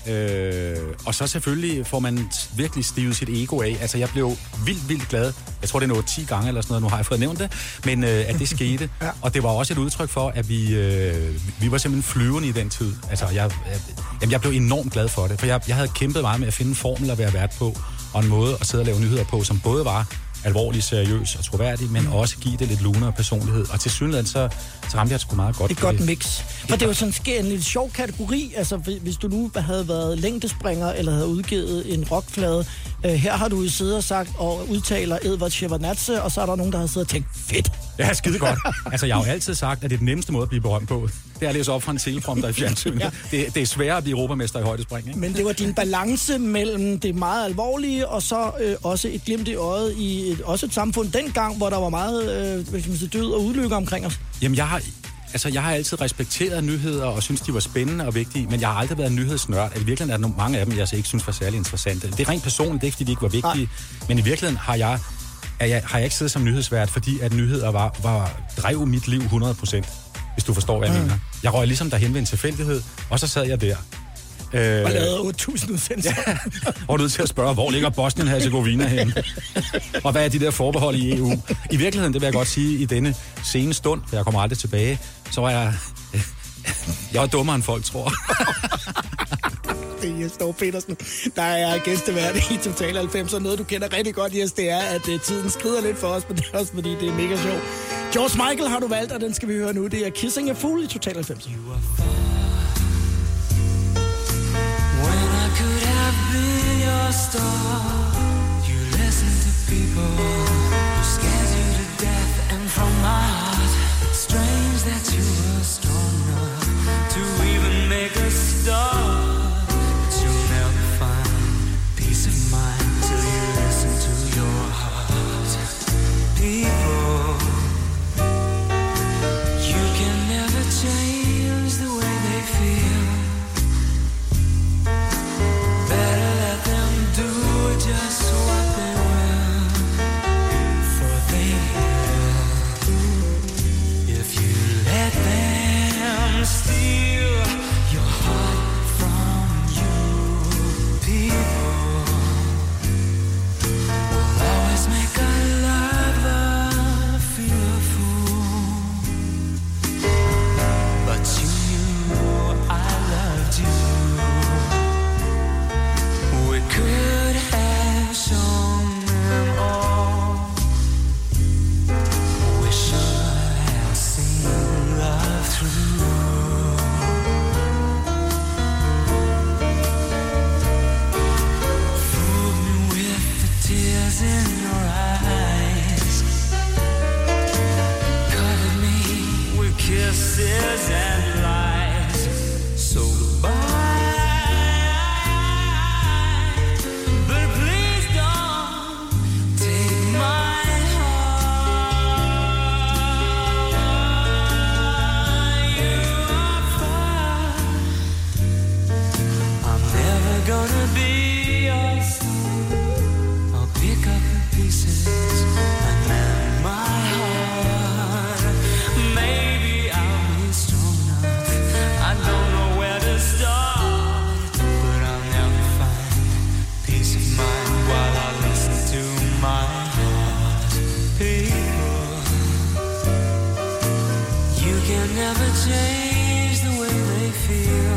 og så selvfølgelig får man virkelig stivet sit ego af. Altså, jeg blev vildt glad. Jeg tror, det er 10 gange eller sådan noget. Nu har jeg fået nævnt det. Men at det skete. Ja. Og det var også et udtryk for, at vi var simpelthen flyvende i den tid. Altså, jeg blev enormt glad for det. For jeg havde kæmpet meget med at finde en formel at være vært på. Og en måde at sidde og lave nyheder på, som både var alvorligt, seriøs og troværdig, men også give det lidt luner og personlighed. Og til synligheden, så ramte jeg sgu meget godt. Et godt mix. For det er jo sådan en lidt sjov kategori. Altså, hvis du nu havde været længdespringer, eller havde udgivet en rockflade, her har du siddet og sagt og udtaler Edvard Shevardnadze, og så er der nogen, der har siddet og tænkt, fedt. Ja, skide godt. Altså, jeg har jo altid sagt, at det er den nemmeste måde at blive berømt på. Det er at læse op fra en teleprompter i fjernsynet. Ja. Det er sværere at blive europamester i højdespring, ikke? Men det var din balance mellem det meget alvorlige, og så også et glimt i øjet i også et samfund dengang, hvor der var meget død og ulykke omkring os. Jamen, jeg har altid respekteret nyheder og synes, de var spændende og vigtige, men jeg har aldrig været en nyhedsnørd. I virkeligheden er der mange af dem, jeg ikke synes var særlig interessante. Det er rent personligt, det er ikke, fordi de ikke var vigtige, men i virkeligheden har jeg ikke siddet som nyhedsvært, fordi at nyheder drev mit liv 100%, hvis du forstår, hvad jeg mener. Jeg røg ligesom derhen ved en tilfældighed, og så sad jeg der. Og lavede 8.000 udsendelser. Ja, og du er til at spørge, hvor ligger Bosnien-Herzegovina henne? Og hvad er de der forbehold i EU? I virkeligheden, det vil jeg godt sige, i denne sene stund, for jeg kommer aldrig tilbage, så var jeg er dummere, end folk tror. Det er Jes Dorph Petersen, der er gæstevært i Total 90, og noget, du kender rigtig godt, Jes, det er, at tiden skrider lidt for os, men det er også, fordi det er mega sjovt. George Michael har du valgt, og den skal vi høre nu. Det er Kissing a Fool i Total 90. Star. You listen to people who scares you to death, and from my heart, it's strange that you were strong enough to even make a start. But you'll never find peace of mind till you listen to your heart. People, you can never change the way they feel. Just what they will. never change the way they feel.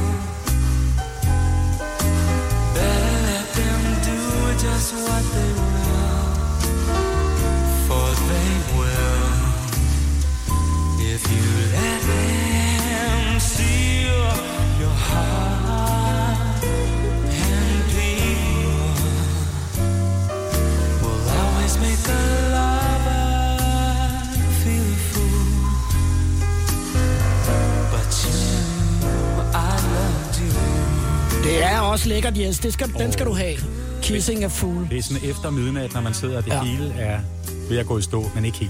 Better let them do just what they will, for they will. If you let them seal your heart, and people will always make a lover feel a fool. But you, I loved you. Det er også lækkert, Jes. Den skal du have. Kissing a Fool. Det er sådan efter midnat, når man sidder, og det hele er ved at gå i stå, men ikke helt.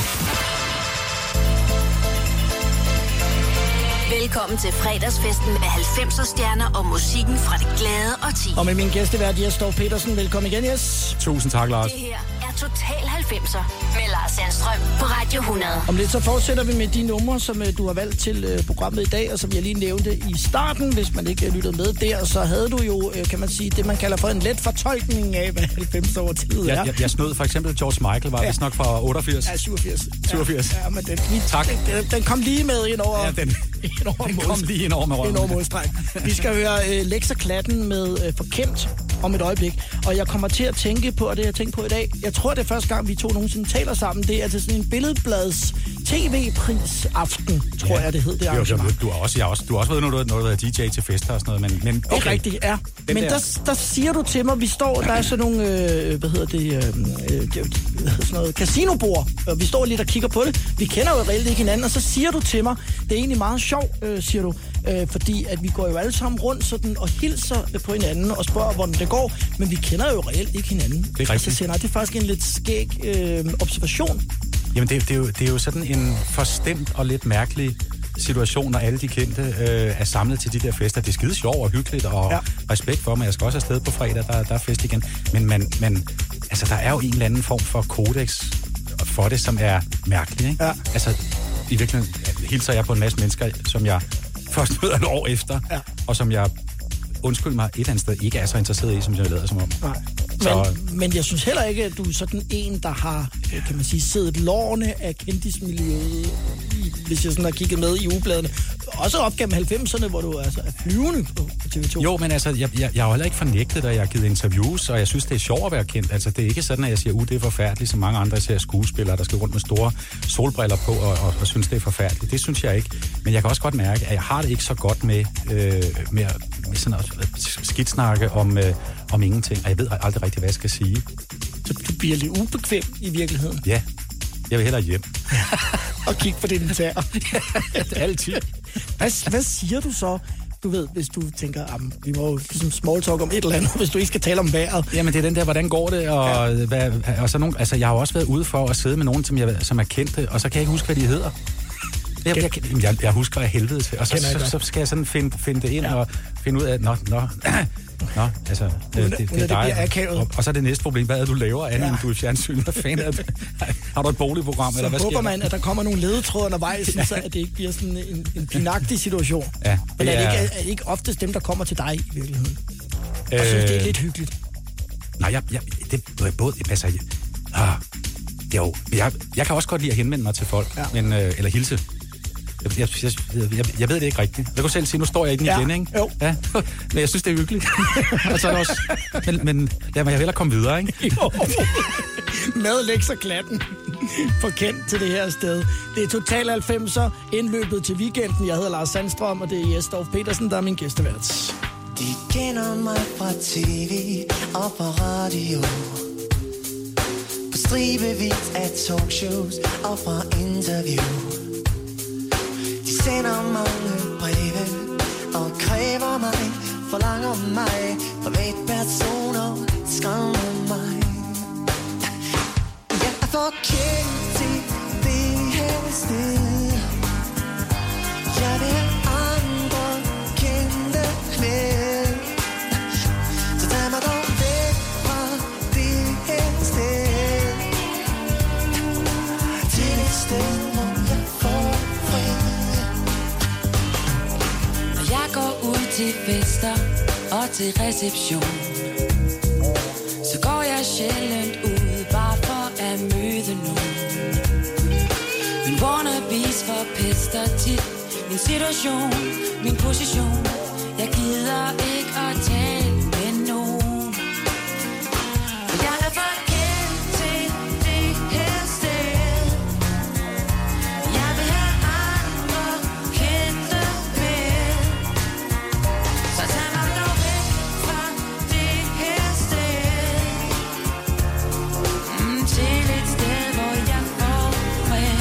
Velkommen til fredagsfesten med 90'er stjerner og musikken fra det glade årti. Og med min gæstevært, Jes Dorph Petersen. Velkommen igen, Jes. Tusind tak, Lars. Det her er Total 90'er med Lars Sandstrøm på Radio 100. Om lidt så fortsætter vi med de numre, som du har valgt til programmet i dag, og som jeg lige nævnte i starten. Hvis man ikke lyttede med der, så havde du jo, kan man sige, det man kalder for en let fortolkning af, hvad 90 år tid er. Jeg snød for eksempel George Michael, var vist nok fra 88. Ja, 87. 87. Ja, men tak. Den kom lige med ind over. Ja, den kom lige ind over med røven. Ind over målstreg. Vi skal høre Lex og Klatten med Forkendt om et øjeblik. Og jeg kommer til at tænke på, og det jeg tænkt på i dag, jeg tror, det er første gang, vi to nogensinde taler sammen. Det er til sådan en billedblads tv-prisaften, tror jeg, det hed, det arrangement. Du har også været noget, der er DJ til fester og sådan noget, men okay. Det er rigtigt, ja. Men der siger du til mig, vi står, der er sådan nogle, sådan noget casinobord, og vi står lidt og kigger på det. Vi kender jo reelt ikke hinanden, og så siger du til mig, det er egentlig meget sjovt, siger du, fordi at vi går jo alle sammen rundt sådan, og hilser på hinanden og spørger, hvordan det går, men vi kender jo reelt ikke hinanden. Det er rigtigt. Og så siger jeg, det er faktisk en lidt skæg observation. Jamen, det er jo sådan en forstemt og lidt mærkelig situation, når alle de kendte er samlet til de der fester. Det er skide sjovt og hyggeligt, og respekt for mig. Jeg skal også afsted på fredag, der er fest igen. Men altså, der er jo en eller anden form for kodex for det, som er mærkelig, ikke? Ja. Altså, i virkeligheden hilser jeg på en masse mennesker, som jeg først møder et år efter, og som jeg, undskyld mig, et eller andet sted ikke er så interesseret i, som jeg lader som om. Nej. Men jeg synes heller ikke, at du er sådan en, der har, kan man sige, siddet lårene af kendismiljøet, hvis jeg sådan har kigget med i ugebladene. Også op gennem 90'erne, hvor du altså er flyvende på TV2. Jo, men altså, jeg har heller ikke fornægtet, at jeg har givet interviews, og jeg synes, det er sjovt at være kendt. Altså, det er ikke sådan, at jeg siger, det er forfærdeligt, som mange andre, jeg ser skuespillere, der skal rundt med store solbriller på, og synes, det er forfærdeligt. Det synes jeg ikke. Men jeg kan også godt mærke, at jeg har det ikke så godt med sådan noget skidtsnakke om ingenting, og jeg ved aldrig rigtig, hvad jeg skal sige. Så du bliver lidt ubekvem i virkeligheden? Ja, jeg vil hellere hjem. Og kigge på din tær. Altid. Hvad siger du så? Du ved, hvis du tænker, vi må jo ligesom small talk om et eller andet, hvis du ikke skal tale om vejret. Jamen, det er den der, hvordan går det? Og, og så nogle, altså, jeg har jo også været ude for at sidde med nogen, som er kendte, og så kan jeg ikke huske, hvad de hedder. Jeg husker af helvede til, og så skal jeg sådan finde det ind og finde ud af, nå, altså, det er dig. Og så er det næste problem, hvad er det, du laver, andet end du er fjernsyn? Hvad fanden er det? Har du et boligprogram, så eller hvad sker der? Så håber man, at der kommer nogle ledetråde undervejs, så at det ikke bliver sådan en pinagtig situation. Ja, men er det ikke oftest dem, der kommer til dig i virkeligheden? Og synes, det er lidt hyggeligt? Nej, det er både... Altså, jeg kan også godt lide at henvende mig til folk, men, eller hilse. Jeg ved det ikke rigtigt. Jeg kan selv sige, nu står jeg i den igen, ikke? Jo. Ja, men jeg synes, det er hyggeligt. Og så er det også, men lad mig hellere komme videre, ikke? Med Lex og Klatten. Forkendt til det her sted. Det er Total 90'er, indløbet til weekenden. Jeg hedder Lars Sandstrøm, og det er Jes Dorph Petersen, der er min gæstevært. De kender mig fra tv og på radio. På stribevis af talkshows og fra interview. De sender mange breve og kræver mig, forlanger mig, privatpersoner skræmmer mig. Jeg er forkendt til det her sted. Jeg vil have andre kendte med. Så tag mig dog væk fra det her sted. Til et sted, hvor jeg får fri. Når jeg går ud til fester og til reception, så går jeg sjældent ud bare for at møde nogen. Men wannabes for penge tester tit min situation, min position. Jeg gider ikke at tale med nogen. Jeg er forkert til det her sted. Jeg vil have andre kendte med. Så tag mig dog væk fra det her sted. Til et sted, hvor jeg får fred.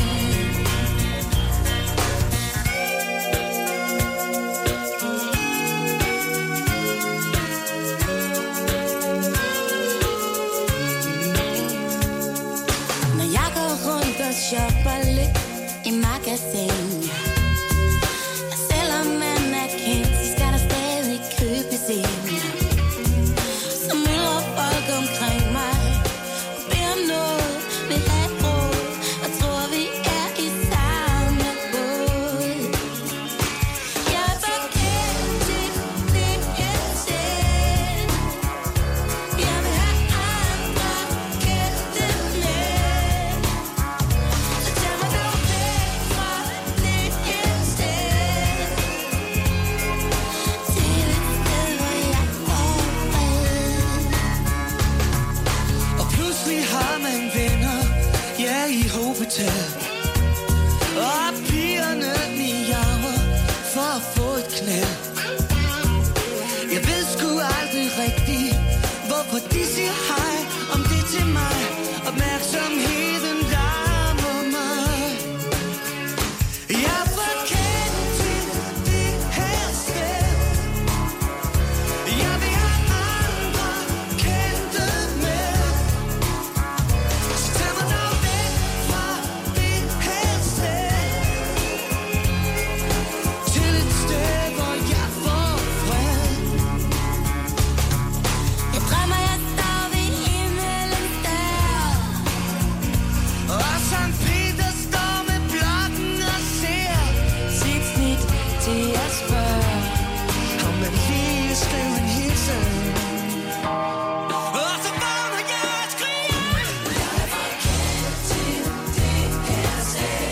Når jeg går rundt og shopper lidt i magasin, og selvom man er kendt, så skal der stadig købes ind. Så myldrer folk omkring mig, beder om noget, vil have råd, og tror vi er i samme båd. Jeg er forkert til det her sted. Jeg vil have andre kendte med. Så tag mig dog væk fra det her sted. Til et sted, hvor jeg får fred. Og pludselig har man venner, ja, i hobetal. Og pigerne miaver for at få et knald. Jeg ved sgu aldrig rigtigt, hvorfor de siger hej, om det er til mig. Opmærksomheden larmer mig. Jeg er forkert til det her sted. Jeg vil have andre kendte med. Så tag mig dog væk fra det her sted. Til et sted, hvor jeg får fred. Jeg drømmer, jeg står ved himmelens dør. Og Sankt Peter står med blokken og ser. Sit snit til at spørge. Kom man lige skrive en hilsen. Og så vågner jeg og skriger. Jeg er forkert til det her sted.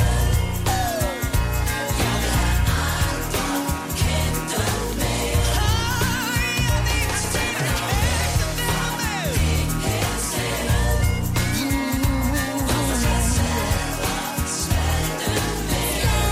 Jeg vil have andre kendte med. Jeg vil have kendte med. Det her sted. Hvorfor skal jeg svælte med?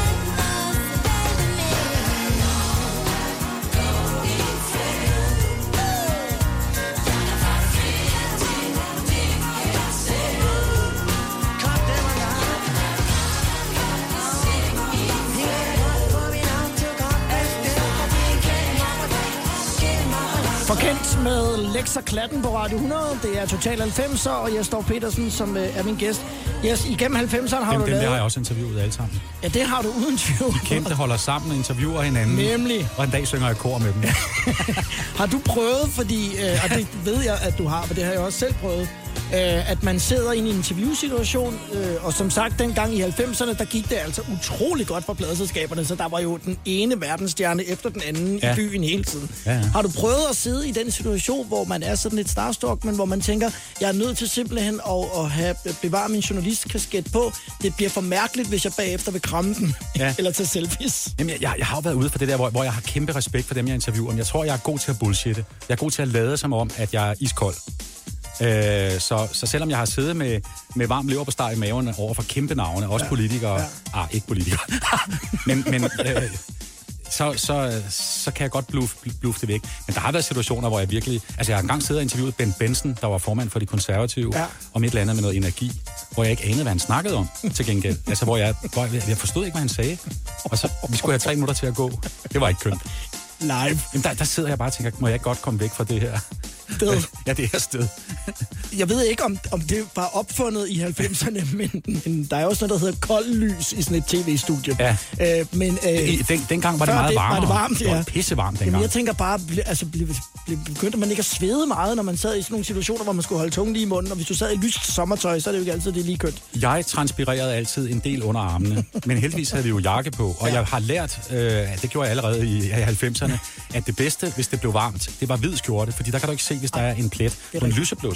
Forkendt med Lex og Klatten på Radio 100. Det er Total 90'er, og Jesper Petersen, som er min gæst. Yes, igennem 90'erne har du Dem lavet... der har jeg også interviewet alle sammen. Ja, det har du uden tvivl. Kendte holder sammen og interviewer hinanden. Nemlig. Og en dag synger jeg kor med dem. Har du prøvet, fordi, og det ved jeg, at du har, for det har jeg også selv prøvet, at man sidder i en interviewsituation, og som sagt, dengang i 90'erne, der gik det altså utrolig godt for pladeselskaberne, så der var jo den ene verdensstjerne efter den anden i byen hele tiden. Ja. Har du prøvet at sidde i den situation, hvor man er sådan lidt starstruck, men hvor man tænker, jeg er nødt til simpelthen at bevare min journalistkasket på. Det bliver for mærkeligt, hvis jeg bagefter vil kramme den, eller tage selfies. Jamen, jeg har jo været ude for det der, hvor jeg har kæmpe respekt for dem, jeg interviewer. Men jeg tror, jeg er god til at bullshitte. Jeg er god til at lade som om, at jeg er iskold. Så selvom jeg har siddet med varm leverpostej i maven over for kæmpe navne, også politikere, ikke politikere, men så kan jeg godt bluffe det væk. Men der har været situationer, hvor jeg virkelig... Altså, jeg har engang siddet og interviewet Ben Benson, der var formand for De Konservative, om et eller andet med noget energi, hvor jeg ikke anede, hvad han snakkede om til gengæld. Altså, hvor jeg forstod ikke, hvad han sagde. Og så, vi skulle have 3 minutter til at gå. Det var ikke kønt. Live. Jamen, der sidder jeg bare og tænker, må jeg ikke godt komme væk fra det her? Ja, det her sted. Jeg ved ikke, om det var opfundet i 90'erne, men der er også noget, der hedder kold lys i sådan et tv-studie. Ja. Men dengang var det meget varmere. Var det varmt, Det var pissevarmt dengang. Jamen, jeg tænker bare, begyndte man ikke at svede meget, når man sad i sådan nogle situationer, hvor man skulle holde tungen lige i munden, og hvis du sad i lyst sommertøj, så er det jo ikke altid det lige kønt. Jeg transpirerede altid en del under armene, men heldigvis havde vi jo jakke på, og jeg har lært, det gjorde jeg allerede i 90'erne, at det bedste, hvis det blev varmt, det var hvid skjorte, fordi der kan du ikke se, hvis der er en plet på en lyseblå skjorte.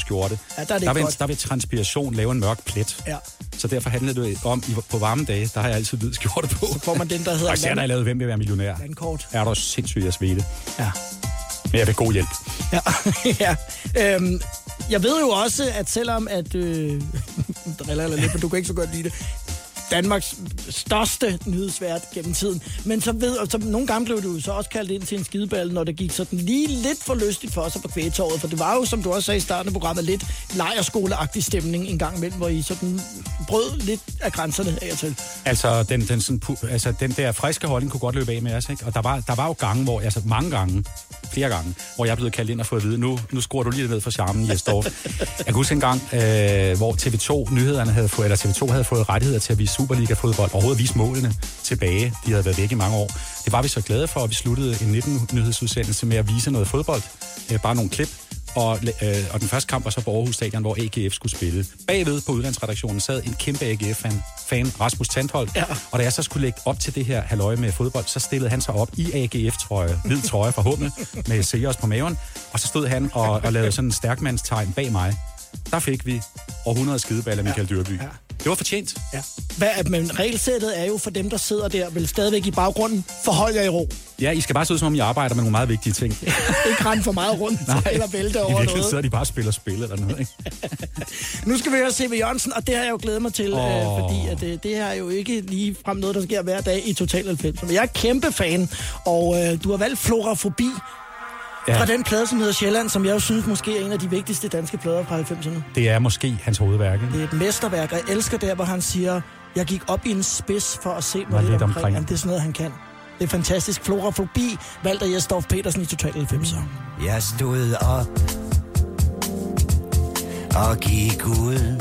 Ja, der vil transpiration lave en mørk plet. Ja. Så derfor handler det om, på varme dage, der har jeg altid hvid skjorte på. Så får man den, der hedder... Og især når jeg lavede Hvem vil være millionær. Landkort. Er der sindssygt at svede. Ja. Men jeg vil god hjælp. Ja, ja. Jeg ved jo også, at selvom at... driller lidt, for du kan ikke så godt lide det. Danmarks største nyhedsvært gennem tiden. Men så nogle gange blev du så også kaldt ind til en skideball, når det gik sådan lige lidt for lystigt for sig på Kvægtorvet. For det var jo, som du også sagde i starten af programmet, lidt lejrskoleagtig stemning en gang imellem, hvor I sådan brød lidt af grænserne af og til. Altså, den der friske holdning kunne godt løbe af med os, ikke? Og der var jo gange, hvor, altså flere gange, hvor jeg blev kaldt ind og fået at vide, nu skruer du lige ned for charmen, Jesdorf. Jeg kan huske en gang, hvor TV2 havde fået rettigheder til at vise Superliga-fodbold, overhovedet vise målene tilbage. De havde været væk i mange år. Det var vi så glade for, at vi sluttede en 19-nyhedsudsendelse med at vise noget fodbold. Bare nogle klip. Og den første kamp var så på Aarhus Stadion, hvor AGF skulle spille. Bagved på udlandsredaktionen sad en kæmpe AGF-fan, Rasmus Tandholt. Ja. Og da jeg så skulle lægge op til det her halløje med fodbold, så stillede han sig op i AGF-trøje, hvid trøje fra Hummel, med Sears på maven. Og så stod han og lavede sådan en stærkmandstegn bag mig. Der fik vi århundrede skideballer af Michael Dyrby. Ja. Det var fortjent. Ja. Men regelsættet er jo for dem, der sidder der, vel stadigvæk i baggrunden, forhold jer i ro. Ja, I skal bare se ud, som om I arbejder med nogle meget vigtige ting. Ikke rende for meget rundt. Nej, eller vælte over noget. I virkeligheden noget. sidder de bare og spiller spil eller noget, ikke? Nu skal vi høre C.V. Jørgensen, og det har jeg jo glædet mig til, fordi at, det er jo ikke lige frem noget, der sker hver dag i Total 90. Men jeg er kæmpe fan, og du har valgt Florafobi. Ja. Fra den plade, som hedder Sjælland, som jeg jo synes måske er en af de vigtigste danske plader fra 90'erne. Det er måske hans hovedværk. Det er et mesterværk, og jeg elsker der, hvor han siger, jeg gik op i en spids for at se mig lidt omkring. Jamen, det er sådan noget, han kan. Det er fantastisk. Florafobi, valgt af Jesdorf Petersen i Total 90'er. Jeg stod op og gik ud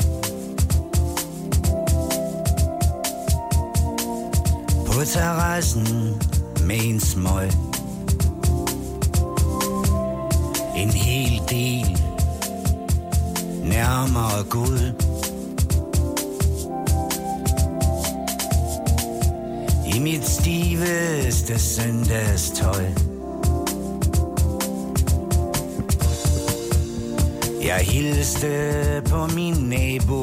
på terrassen med en smøg. En hel del nærmere Gud. I mit stiveste søndagstøj. Jeg hilste på min nabo,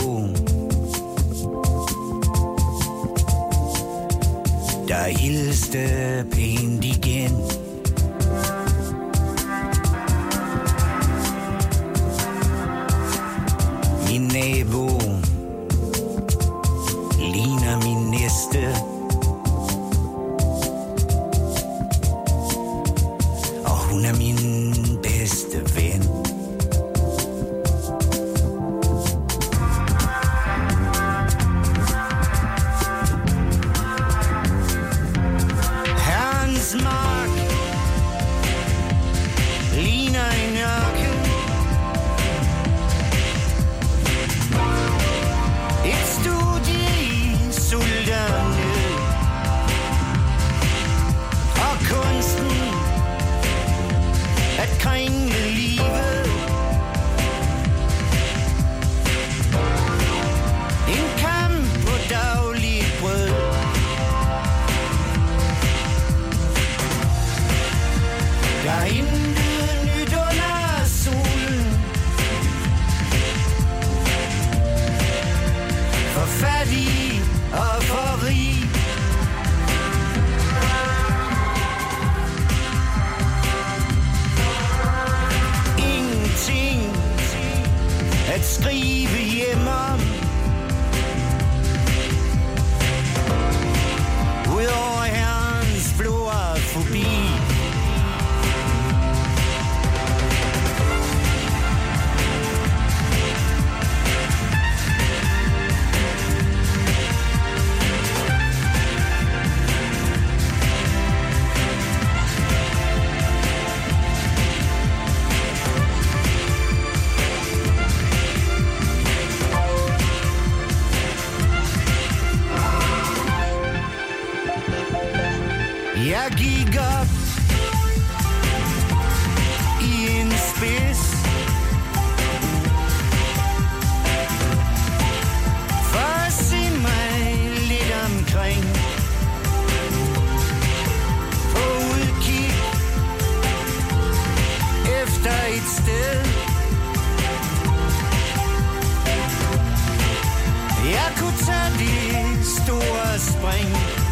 der hilste pænt igen. Min nabo ligner min næste, og hun er min bedste ven. Herrens mark ligner en ørken. Et studie i sult og nød, og kunsten at kringle livet. En kamp på dagligt brød. Der er intet nyt under solen. For fattig og for rig. Ingenting at skrive hjem om. Udover Herrens florafobi. Jeg gik op i en spids for at se mig lidt omkring. På udkig efter et sted de store spring.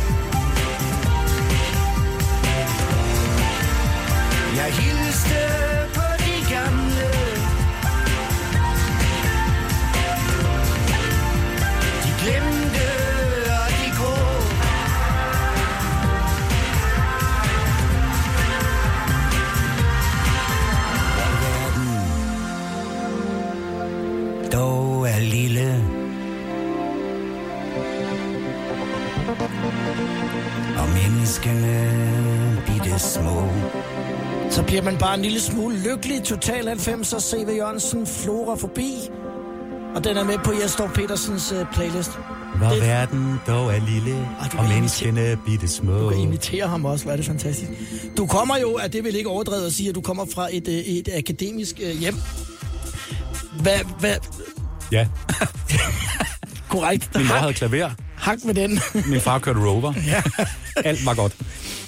Jeg hilste på de gamle, de glemte og de grå. Dog er lille, og menneskene bitte små. Så bliver man bare en lille smule lykkelig. Total 90'er, C.V. Jørgensen, Flora forbi. Og den er med på Jes Dorph Petersens playlist. Hvor verden dog er lille, og menneskene bitte små. Du kan imitere ham også, hvor er det fantastisk. Du kommer jo, at det vil ikke overdrevet at sige, at du kommer fra et akademisk hjem. Hvad? Ja. Korrekt. Min mor havde klaver. Hak med den. Min far kørte Rover. Ja. Alt var godt.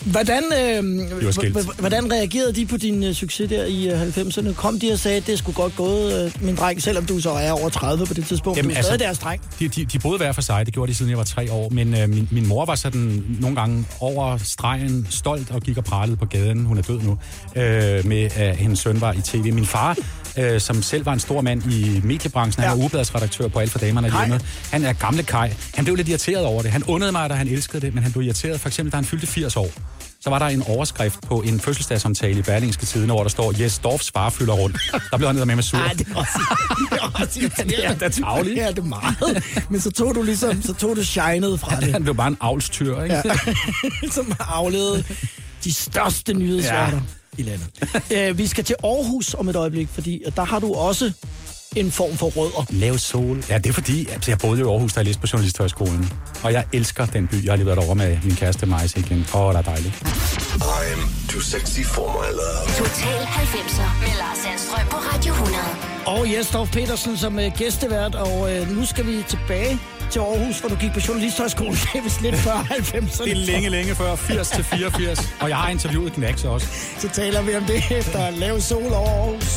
Hvordan reagerede de på din succes der i 90'erne? Kom de og sagde, at det skulle godt gået, min dreng, selvom du så er over 30 på det tidspunkt? Jamen, du er stadig deres dreng. De boede hver for sig, det gjorde de siden jeg var 3 år, men min mor var sådan nogle gange over stregen stolt og gik og pralede på gaden, hun er død nu, med at hendes søn var i tv. Min far, som selv var en stor mand i mediebranchen, han var ugebladsredaktør på Alt for damerne hjemme. Han er gamle Kai. Han blev lidt irriteret over det. Han undrede mig, da han elskede det, men han blev irriteret. For eksempel, da han fyldte 80 år, så var der en overskrift på en fødselsdagsomtale i Berlingske Tidende, hvor der står, Jes Dorphs far fylder rundt. Der blev han ned med sur. Nej, det er også det er tavligt. Ja, det er meget. Men så tog du shined fra det. Han blev bare en avlstyr, ikke? Ja. Som avlede de største nyhedsværter i landet. Vi skal til Aarhus om et øjeblik, fordi der har du også en form for rødder. Lav sol. Ja, det er fordi, at jeg boede i Aarhus, da jeg læste på Journalisthøjskolen. Og jeg elsker den by. Jeg har lige været derovre med min kæreste Majs igen. Det er dejligt. I'm too sexy for my love. Total 90'er med Lars Sandstrøm på Radio 100. Og Jes Dorph Petersen som gæstevært, og nu skal vi tilbage til Aarhus, hvor du gik på Journalisthøjskolen. Det er vist lidt før 90'erne. Det er længe før, 80 til 84. Og jeg har interviewet Knacks også. Så taler vi om det efter lav sol over Aarhus.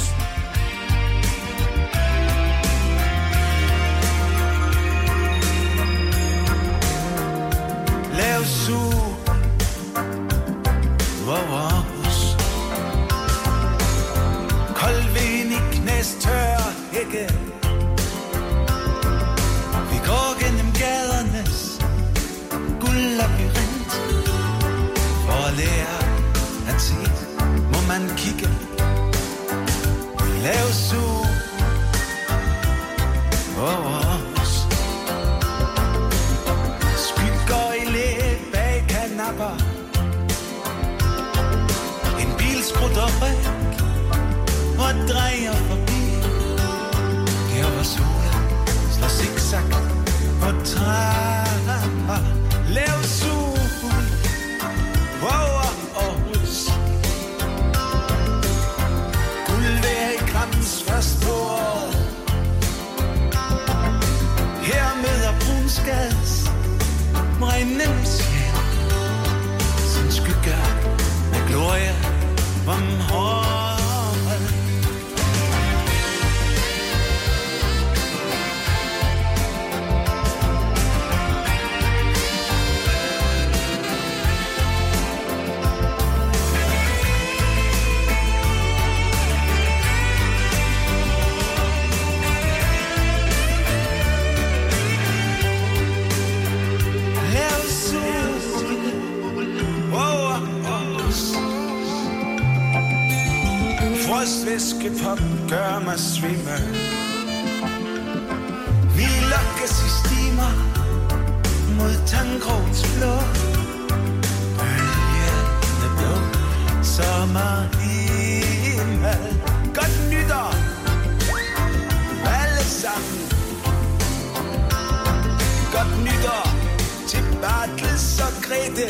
Lav sol over os. Kold vind i knæstør hække. Vi går gennem gadernes guldlabyrint. For at lære at se, må man kigge. Lav sol over os. Skygger i læg bag kanapper. En bil skrutter ryg og drejer forbi. Der hvor solen slår zigzag på trapper. Lav sol over Aarhus. Guldvejr i Grams første år. Her møder Brunsgads brændende sjæl sin skygge med glorie om håret. Frostvæskepop gør mig svimme. Vi lokkes i stimer mod Tangrovens blå. Bølgende blå sommerhimmel. Godt nytår alle sammen. Godt nytår til Bartels og Grete.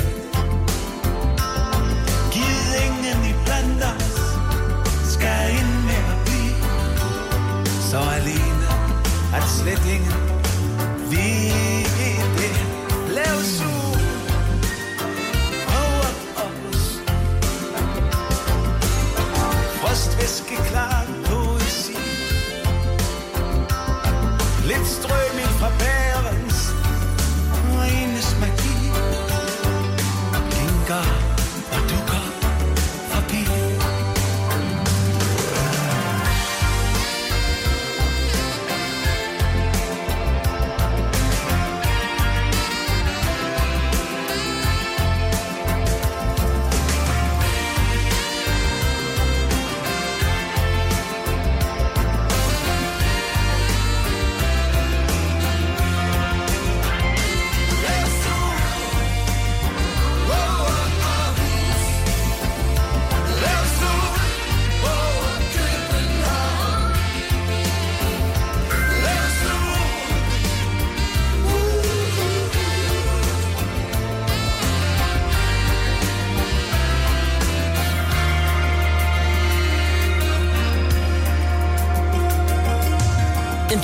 Giv ingen i blandt os. Skal ind med at blive så alene, at slet ingen ved det. Lav sol over os. Frostvæske klar poesi. Lidt strøm ind fra bærens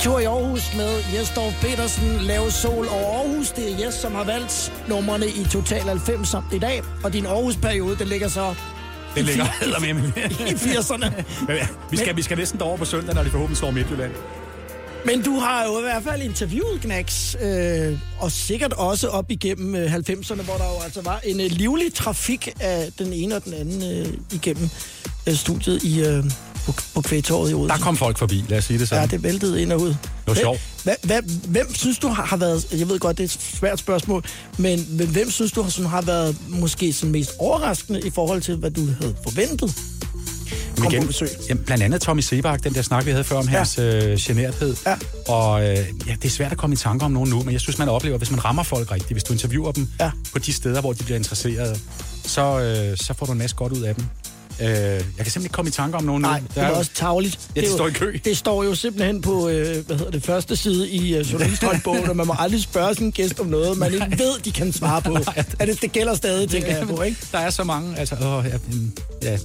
Kvægtur i Aarhus med Jes Dorf Petersen, Lave Sol over Aarhus. Det er Jes, som har valgt numrene i Total 90 i dag. Og din Aarhus-periode, den ligger så... Det ligger med i 80'erne. Vi skal næsten derover på søndag, når de forhåbentlig slår Midtjylland. Men du har jo i hvert fald interviewet Gnags, og sikkert også op igennem 90'erne, hvor der jo altså var en livlig trafik af den ene og den anden igennem studiet på Kvægtorvet i Odense. Der kom folk forbi, lad os sige det sådan. Ja, det væltede ind og ud. Det var sjovt. Hvem synes du har været, jeg ved godt, det er et svært spørgsmål, men hvem synes du har været måske sådan mest overraskende i forhold til, hvad du havde forventet? Blandt andet Tommy Sebak, den der snak, vi havde før om hans generthed. Ja. Og det er svært at komme i tanke om nogen nu, men jeg synes, man oplever, hvis man rammer folk rigtigt, hvis du interviewer dem på de steder, hvor de bliver interesserede, så får du en masse godt ud af dem. Jeg kan simpelthen ikke komme i tanke om nogen nu. Nej, det er også tarveligt. Ja, det står i kø. Det står jo simpelthen på første side i journalisthøjtbogen, og man må aldrig spørge sin gæst om noget, man ikke ved, de kan svare på. Det gælder stadig, tænker jeg på, ikke? Der er så mange, altså... ja.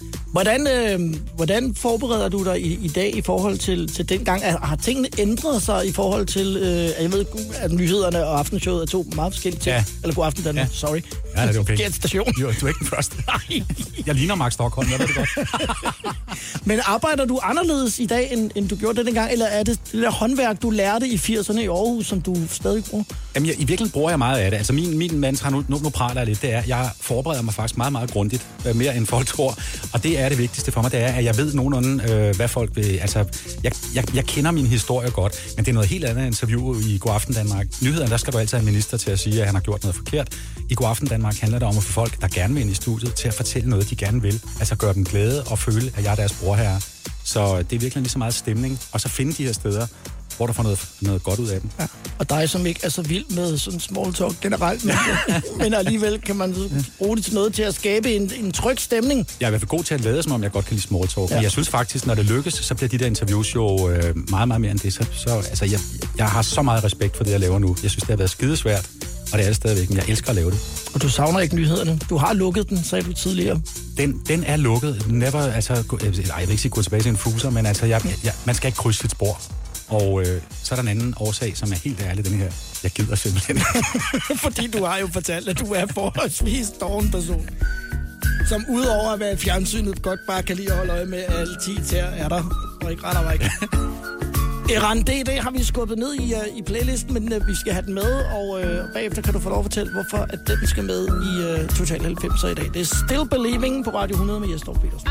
Hvordan forbereder du dig i dag i forhold til dengang? Har tingene ændret sig i forhold til, jeg ved, at nyhederne og aftenshowet er to meget forskellige ting? Ja. Eller God Aften Danmark, sorry. Ja, det er okay. Gæt station. Jo, du er ikke den første. Nej. Jeg ligner Mark Stockholm, jeg ved det godt. Men arbejder du anderledes i dag, end du gjorde det dengang? Eller er det der håndværk, du lærte i 80'erne i Aarhus, som du stadig bruger? Jamen, i virkeligheden bruger jeg meget af det. Altså, min mantra, nu praler jeg lidt, det er, jeg forbereder mig faktisk meget, meget grundigt. Mere end folk tror. Og det er det vigtigste for mig, det er, at jeg ved nogenlunde, hvad folk vil... Altså, jeg kender min historie godt, men det er noget helt andet interview i God Aften Danmark. Nyhederne, der skal du altid have en minister til at sige, at han har gjort noget forkert. I God Aften Danmark handler det om at få folk, der gerne vil ind i studiet, til at fortælle noget, de gerne vil. Altså gøre dem glade og føle, at jeg er deres brorherre. Så det er virkelig lige så meget stemning. Og så finde de her steder, hvor du får noget godt ud af dem. Ja. Og dig, som ikke er så vild med sådan small talk generelt, men alligevel kan man bruge det til noget til at skabe en tryg stemning. Jeg er i hvert fald god til at lade, som om jeg godt kan lide small talk. Ja. Men jeg synes faktisk, når det lykkes, så bliver de der interviews jo meget, meget mere end det. Så jeg har så meget respekt for det, jeg laver nu. Jeg synes, det har været skidesvært, og det er det stadigvæk, men jeg elsker at lave det. Og du savner ikke nyhederne? Du har lukket den, sagde du tidligere. Den er lukket. Never, altså, jeg vil ikke sige gå tilbage til en fuser, men altså, man skal ikke krydse sit spor. Og så er der en anden årsag, som er helt ærlig, den her. Jeg gider simpelthen. Fordi du har jo fortalt, at du er forholdsvis doven person, som udover at være fjernsynet, godt bare kan lide at holde øje med, at alle 10 tæer er der, og ikke retter væk. Eran DD har vi skubbet ned i playlisten, men vi skal have den med, og bagefter kan du få lov at fortælle, hvorfor at den skal med i Total 90'er i dag. Det er Still Believing på Radio 100 med Jes Dorf Petersen.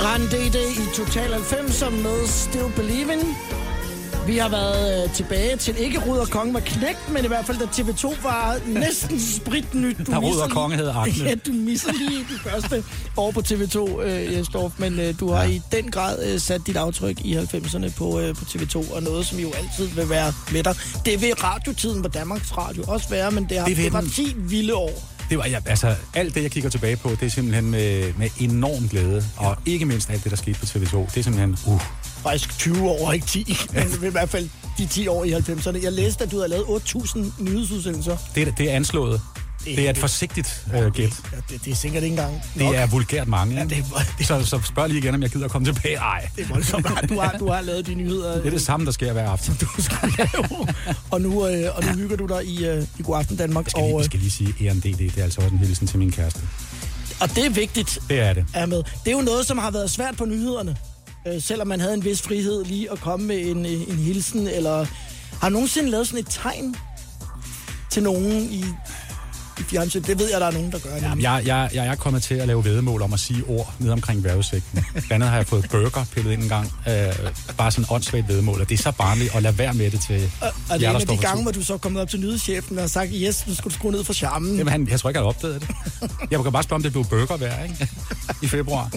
DD i Total 90 med Still Believin'. Vi har været tilbage til ikke Ruder Konge var knægt, men i hvert fald da TV2 var næsten spritnyt. Der Ruder Konge hed Agne. Ja, du misser lige de første år på TV2, Jesdorf, men du har i den grad sat dit aftryk i 90'erne på TV2, og noget, som jo altid vil være med dig. Det vil radiotiden på Danmarks Radio også være, men det var 10 vilde år. Det var, alt det, jeg kigger tilbage på, det er simpelthen med enorm glæde, og ikke mindst alt det, der skete på TV2, det er simpelthen, Faktisk 20 år, ikke 10, men i hvert fald de 10 år i 90'erne. Jeg læste, at du havde lavet 8.000 nyhedsudsendelser. Det er anslået. Det er et forsigtigt gæt. Det er sikkert ikke engang nok. Det er vulgært mange. Ja, så spørg lige igen, om jeg gider at komme tilbage. Ej. Det er voldsomt, du har lavet de nyheder. Det er det samme, der sker hver aften. Du skal lave. Og nu hygger du dig i God Aften Danmark. Jeg skal lige sige, ENDD, det er altså også en hilsen til min kæreste. Og det er vigtigt. Det er det. Det er jo noget, som har været svært på nyhederne. Selvom man havde en vis frihed lige at komme med en hilsen, eller har nogensinde lavet sådan et tegn til nogen i fjernsyn? Det ved jeg, der er nogen, der gør. Jamen, jeg er kommet til at lave væddemål om at sige ord ned omkring vejrudsigten. Blandt andet har jeg fået burger pillet ind en gang. Bare sådan åndssvagt væddemål, og det er så barnligt at lade være med det til og det er en af de gange, hvor du så kommet op til nyhedschefen og har sagt, yes, nu skal du skrue ned for charmen. Jamen, jeg tror ikke, jeg har opdaget det. Jeg kan bare spørge, om det blev burger værd, ikke? I februar.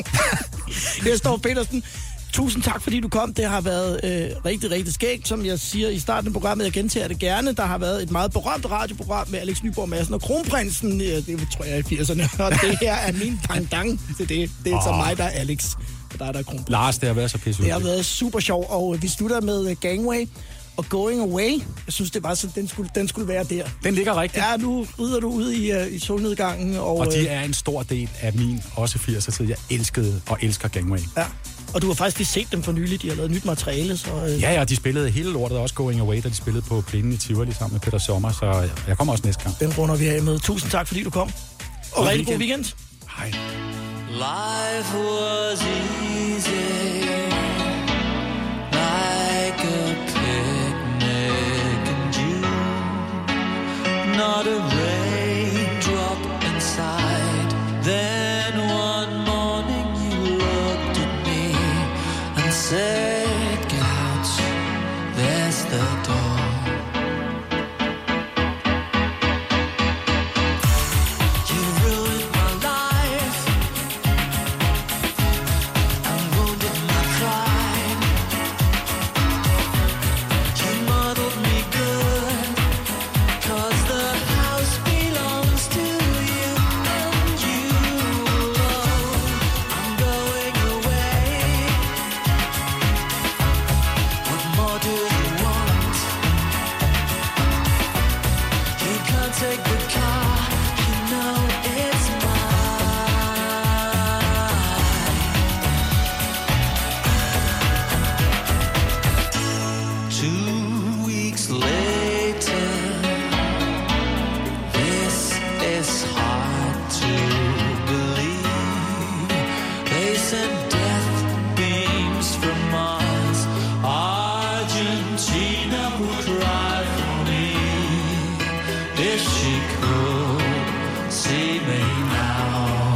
Jesdorf Petersen, tusind tak, fordi du kom. Det har været rigtig, rigtig skægt, som jeg siger i starten af programmet. Jeg gentager det gerne. Der har været et meget berømt radioprogram med Alex Nyborg Madsen og Kronprinsen. Det tror jeg i 80'erne. Og det her er min pendant til det. Det er så mig, der er Alex. Og der er Kronprinsen. Lars, det har været så pisse. Det har været super sjov. Og vi slutter med Gangway og Going Away. Jeg synes, det var så, den skulle være der. Den ligger rigtigt. Ja, nu rider du ud i solnedgangen. Og de er en stor del af min, også 80'er-tid. Jeg elskede og elsker Gangway. Ja. Og du har faktisk lige set dem for nylig. De har lavet nyt materiale. Så, Ja, de spillede hele lortet, også Going Away, da de spillede på plænen i Tivoli sammen med Peter Sommer. Så jeg kommer også næste gang. Den runder vi af med. Tusind tak, fordi du kom. Og rigtig god weekend. Hej. Life was easy, like a picnic in June. Not a raindrop inside. Then one morning you looked at me and said, "Get out, there's the door." If she could see me now.